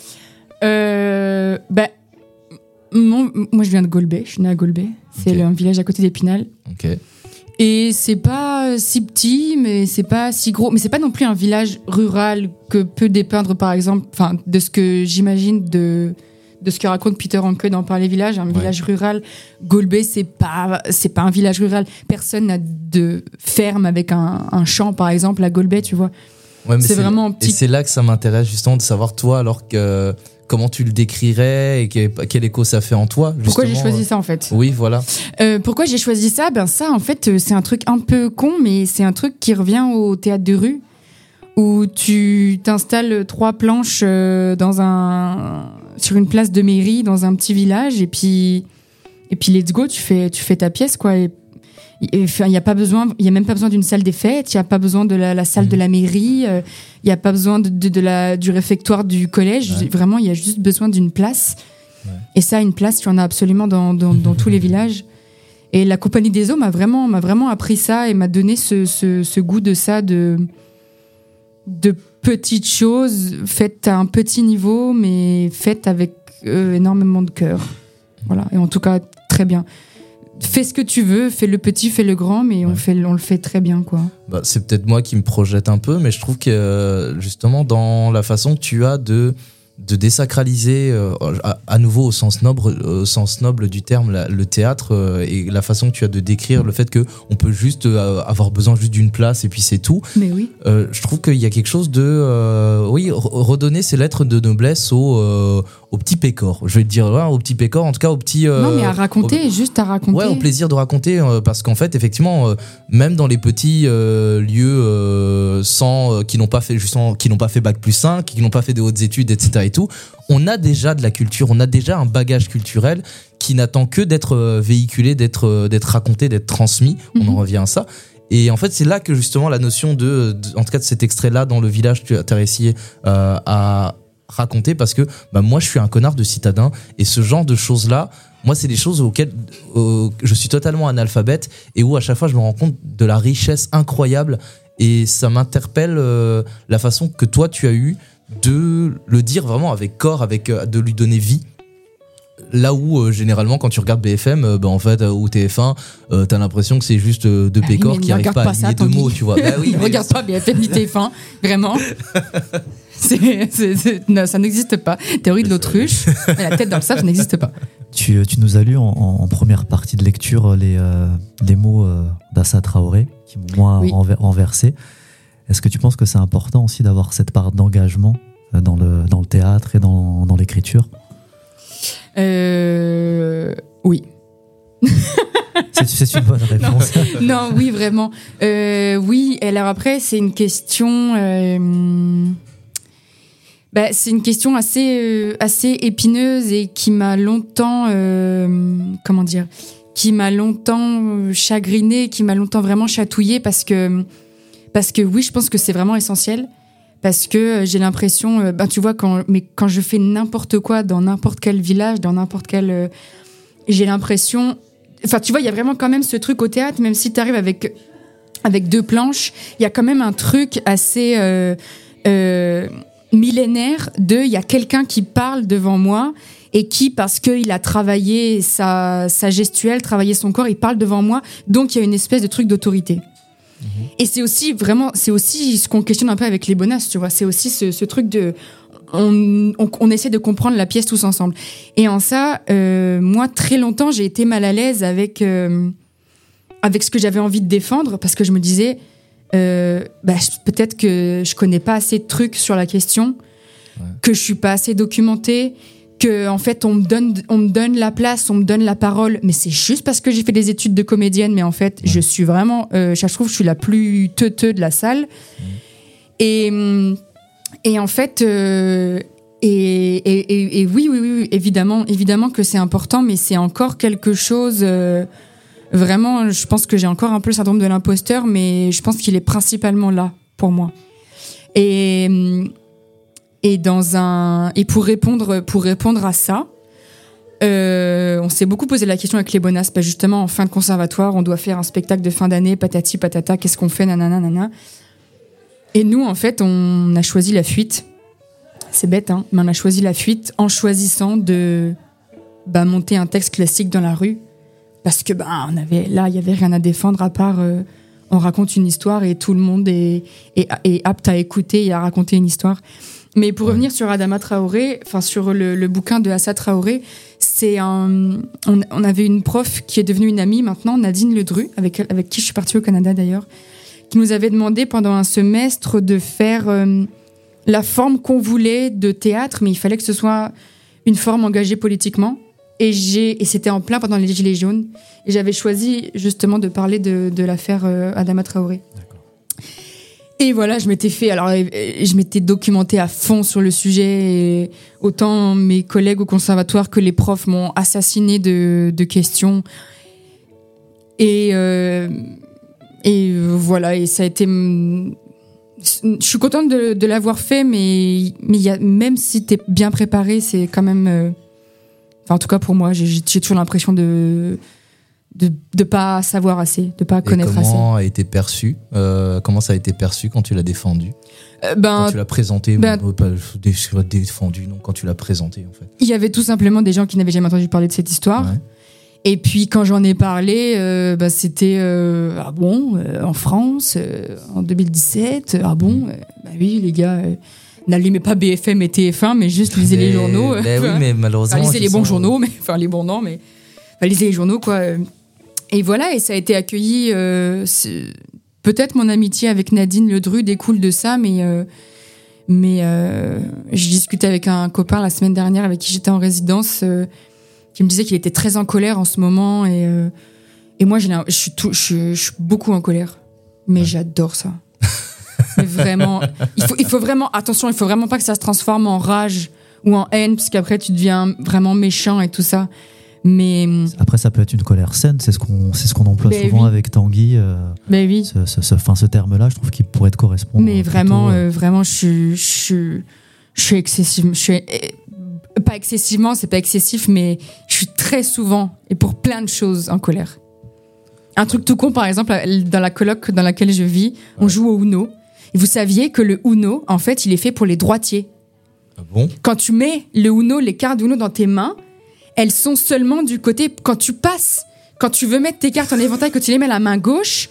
Moi je viens de Golbet, je suis née à Golbet, c'est un village à côté d'Épinal. Ok. Et c'est pas si petit, mais c'est pas si gros. Mais c'est pas non plus un village rural que peut dépeindre, par exemple, de ce que j'imagine de ce que raconte Peter Hanke dans Par les villages. Un village rural. Golbet, c'est pas un village rural. Personne n'a de ferme avec un champ, par exemple, à Golbet, tu vois. Ouais, mais c'est vraiment petit. Et c'est là que ça m'intéresse, justement, de savoir, toi, alors que... Comment tu le décrirais et quel écho ça fait en toi, justement. Pourquoi j'ai choisi ça, en fait? Oui, voilà. Pourquoi j'ai choisi ça? Ça, en fait, c'est un truc un peu con, mais c'est un truc qui revient au théâtre de rue, où tu t'installes 3 planches sur une place de mairie dans un petit village, et puis let's go, tu fais ta pièce, quoi. Il y a même pas besoin d'une salle des fêtes, il y a pas besoin de la salle de la mairie, il y a pas besoin du réfectoire du collège. Vraiment, il y a juste besoin d'une place. Ouais. Et ça, une place, tu en as absolument dans tous les villages. Et la Compagnie des Eaux m'a vraiment appris ça et m'a donné ce goût de ça, de petites choses faites à un petit niveau, mais faites avec énormément de cœur. Voilà. Et en tout cas, très bien. Fais ce que tu veux, fais le petit, fais le grand, mais on le fait très bien, quoi. C'est peut-être moi qui me projette un peu, mais je trouve que justement dans la façon que tu as de désacraliser à nouveau au sens noble du terme le théâtre et la façon que tu as de décrire le fait que on peut juste avoir besoin juste d'une place et puis c'est tout. Mais oui. Je trouve qu'il y a quelque chose de redonner ces lettres de noblesse au petit pécor. Je vais te dire au petit pécor, en tout cas au petit. Non, mais à raconter, juste à raconter. Ouais, au plaisir de raconter, parce qu'en fait, effectivement, même dans les petits lieux qui n'ont pas fait bac+5, qui n'ont pas fait de hautes études, etc. et tout, on a déjà de la culture, on a déjà un bagage culturel qui n'attend que d'être véhiculé, d'être raconté, d'être transmis. On en revient à ça. Et en fait, c'est là que justement la notion en tout cas de cet extrait-là dans le village, tu as réussi à raconter, parce que moi je suis un connard de citadin et ce genre de choses-là, moi c'est des choses auxquelles je suis totalement analphabète et où à chaque fois je me rends compte de la richesse incroyable et ça m'interpelle la façon que toi tu as eu de le dire vraiment avec corps, de lui donner vie. Là où généralement quand tu regardes BFM en fait ou TF1 t'as l'impression que c'est juste deux pécores qui n'arrivent pas à aligner 2 mots, tu vois. Oui, regarde pas BFM ni TF1, vraiment. Non, ça n'existe pas. Théorie de l'autruche, la tête dans le sable, ça n'existe pas. Tu nous as lu en première partie de lecture les mots d'Assa Traoré qui m'ont renversé. Est-ce que tu penses que c'est important aussi d'avoir cette part d'engagement dans le théâtre et dans l'écriture? Oui. C'est une bonne réponse. Non, oui, vraiment. Oui, alors après, c'est une question... c'est une question assez épineuse et qui m'a longtemps... qui m'a longtemps chagrinée, qui m'a longtemps vraiment chatouillée parce que oui, je pense que c'est vraiment essentiel. Parce que j'ai l'impression, tu vois, quand je fais n'importe quoi dans n'importe quel village, dans n'importe quel... j'ai l'impression... Enfin, tu vois, il y a vraiment quand même ce truc au théâtre, même si tu arrives avec 2 planches, il y a quand même un truc assez millénaire il y a quelqu'un qui parle devant moi et qui, parce qu'il a travaillé sa gestuelle, travaillé son corps, il parle devant moi, donc il y a une espèce de truc d'autorité. Et c'est aussi ce qu'on questionne un peu avec les bonasses, tu vois. C'est aussi ce truc de on essaie de comprendre la pièce tous ensemble. Et en ça, moi très longtemps j'ai été mal à l'aise avec ce que j'avais envie de défendre, parce que je me disais peut-être que je connais pas assez de trucs sur la question, que je suis pas assez documentée, que en fait on me donne la place, on me donne la parole, mais c'est juste parce que j'ai fait des études de comédienne, mais en fait je suis vraiment, je trouve que je suis la plus teuteux de la salle. Et en fait, oui, évidemment que c'est important, mais c'est encore quelque chose. Vraiment, je pense que j'ai encore un peu le syndrome de l'imposteur, mais je pense qu'il est principalement là pour moi. Et pour répondre à ça, on s'est beaucoup posé la question avec les bonasses. Justement, en fin de conservatoire, on doit faire un spectacle de fin d'année, patati patata. Qu'est-ce qu'on fait, nanana. Et nous, en fait, on a choisi la fuite. C'est bête, hein, mais on a choisi la fuite en choisissant de monter un texte classique dans la rue. Parce que il y avait rien à défendre à part on raconte une histoire et tout le monde est apte à écouter et à raconter une histoire. Mais pour revenir sur Adama Traoré, enfin sur le bouquin de Assa Traoré, on avait une prof qui est devenue une amie maintenant, Nadine Ledru, avec qui je suis partie au Canada d'ailleurs, qui nous avait demandé pendant un semestre de faire la forme qu'on voulait de théâtre, mais il fallait que ce soit une forme engagée politiquement. Et c'était en plein pendant les Gilets jaunes. Et j'avais choisi justement de parler de l'affaire Adama Traoré. D'accord. Et voilà, je m'étais documentée à fond sur le sujet. Et autant mes collègues au conservatoire que les profs m'ont assassiné de questions. Et voilà, et ça a été... Je suis contente de l'avoir fait, mais même si t'es bien préparé, c'est quand même... en tout cas, pour moi, j'ai toujours l'impression de pas savoir assez, de pas connaître assez. Comment ça a été perçu quand tu l'as défendu quand tu l'as présenté, pas défendu, non, quand tu l'as présenté, en fait. Il y avait tout simplement des gens qui n'avaient jamais entendu parler de cette histoire. Ouais. Et puis, quand j'en ai parlé, c'était en France, en 2017, oui, les gars... n'allumez pas BFM et TF1, mais juste lisez les journaux. Oui, mais malheureusement... lisez les bons journaux, les bons non, mais... lisez les journaux, quoi. Et voilà, et ça a été accueilli... peut-être mon amitié avec Nadine Ledru découle de ça, mais je discutais avec un copain la semaine dernière avec qui j'étais en résidence, qui me disait qu'il était très en colère en ce moment, et moi, je suis beaucoup en colère. Mais j'adore ça. Mais vraiment, il faut vraiment, attention, il faut vraiment pas que ça se transforme en rage ou en haine, parce qu'après tu deviens vraiment méchant et tout ça. Mais après, ça peut être une colère saine, c'est ce qu'on emploie souvent avec Tanguy. Ce terme-là, je trouve qu'il pourrait te correspondre. Mais vraiment, je suis excessive. Pas excessivement, c'est pas excessif, mais je suis très souvent et pour plein de choses en colère. Un truc tout con, par exemple, dans la coloc dans laquelle je vis, on joue au Uno. Et vous saviez que le Uno, en fait, il est fait pour les droitiers. Ah bon ? Quand tu mets le Uno, les cartes Uno dans tes mains, elles sont seulement du côté... Quand tu passes, quand tu veux mettre tes cartes en éventail, que tu les mets à la main gauche,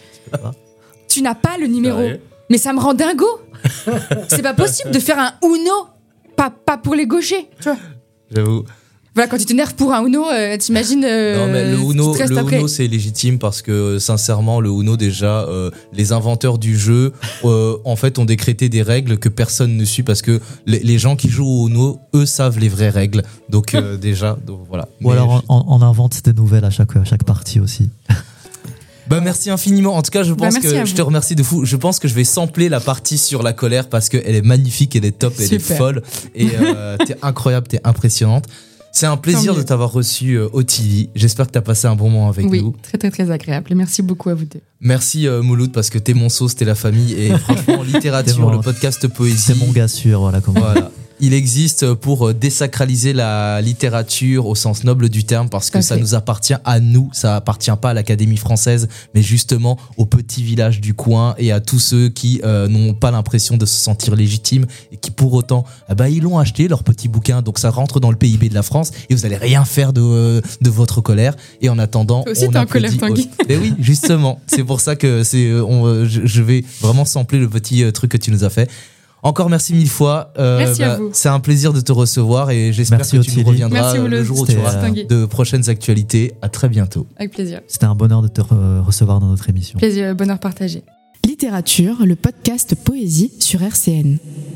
tu n'as pas le numéro. Mais ça me rend dingo. C'est pas possible de faire un Uno, pas pour les gauchers, tu vois. J'avoue. Voilà, quand tu t'énerves pour un Uno, t'imagines... non, mais le Uno, c'est légitime parce que, sincèrement, le Uno, déjà, les inventeurs du jeu, en fait, ont décrété des règles que personne ne suit parce que les gens qui jouent au Uno, eux, savent les vraies règles. Donc, voilà. Ou alors, on invente des nouvelles à chaque partie aussi. Merci infiniment. En tout cas, je pense que je te remercie de fou. Je pense que je vais sampler la partie sur la colère parce qu'elle est magnifique, elle est top, elle est folle. Et t'es incroyable, t'es impressionnante. C'est un plaisir de t'avoir reçu, Ottilie. J'espère que t'as passé un bon moment avec nous. Oui, très très très agréable. Et merci beaucoup à vous deux. Merci Mouloud, parce que t'es mon sauce, t'es la famille. Et franchement, littérature, le podcast Poésie. C'est mon gars sûr, voilà. Voilà. Il existe pour désacraliser la littérature au sens noble du terme, parce que ça nous appartient à nous, ça appartient pas à l'Académie française, mais justement aux petits villages du coin et à tous ceux qui n'ont pas l'impression de se sentir légitimes et qui pour autant, ils l'ont acheté leur petit bouquin, donc ça rentre dans le PIB de la France et vous allez rien faire de votre colère. Et en attendant, toi aussi t'es en colère, Tanguy. Mais oui, justement, c'est pour ça que je vais vraiment sampler le petit truc que tu nous as fait. Encore merci mille fois. Merci à vous. C'est un plaisir de te recevoir et j'espère que tu nous reviendras le jour où tu auras de prochaines actualités. À très bientôt. Avec plaisir. C'était un bonheur de te recevoir dans notre émission. Plaisir, bonheur partagé. Littérature, le podcast Poésie sur RCN.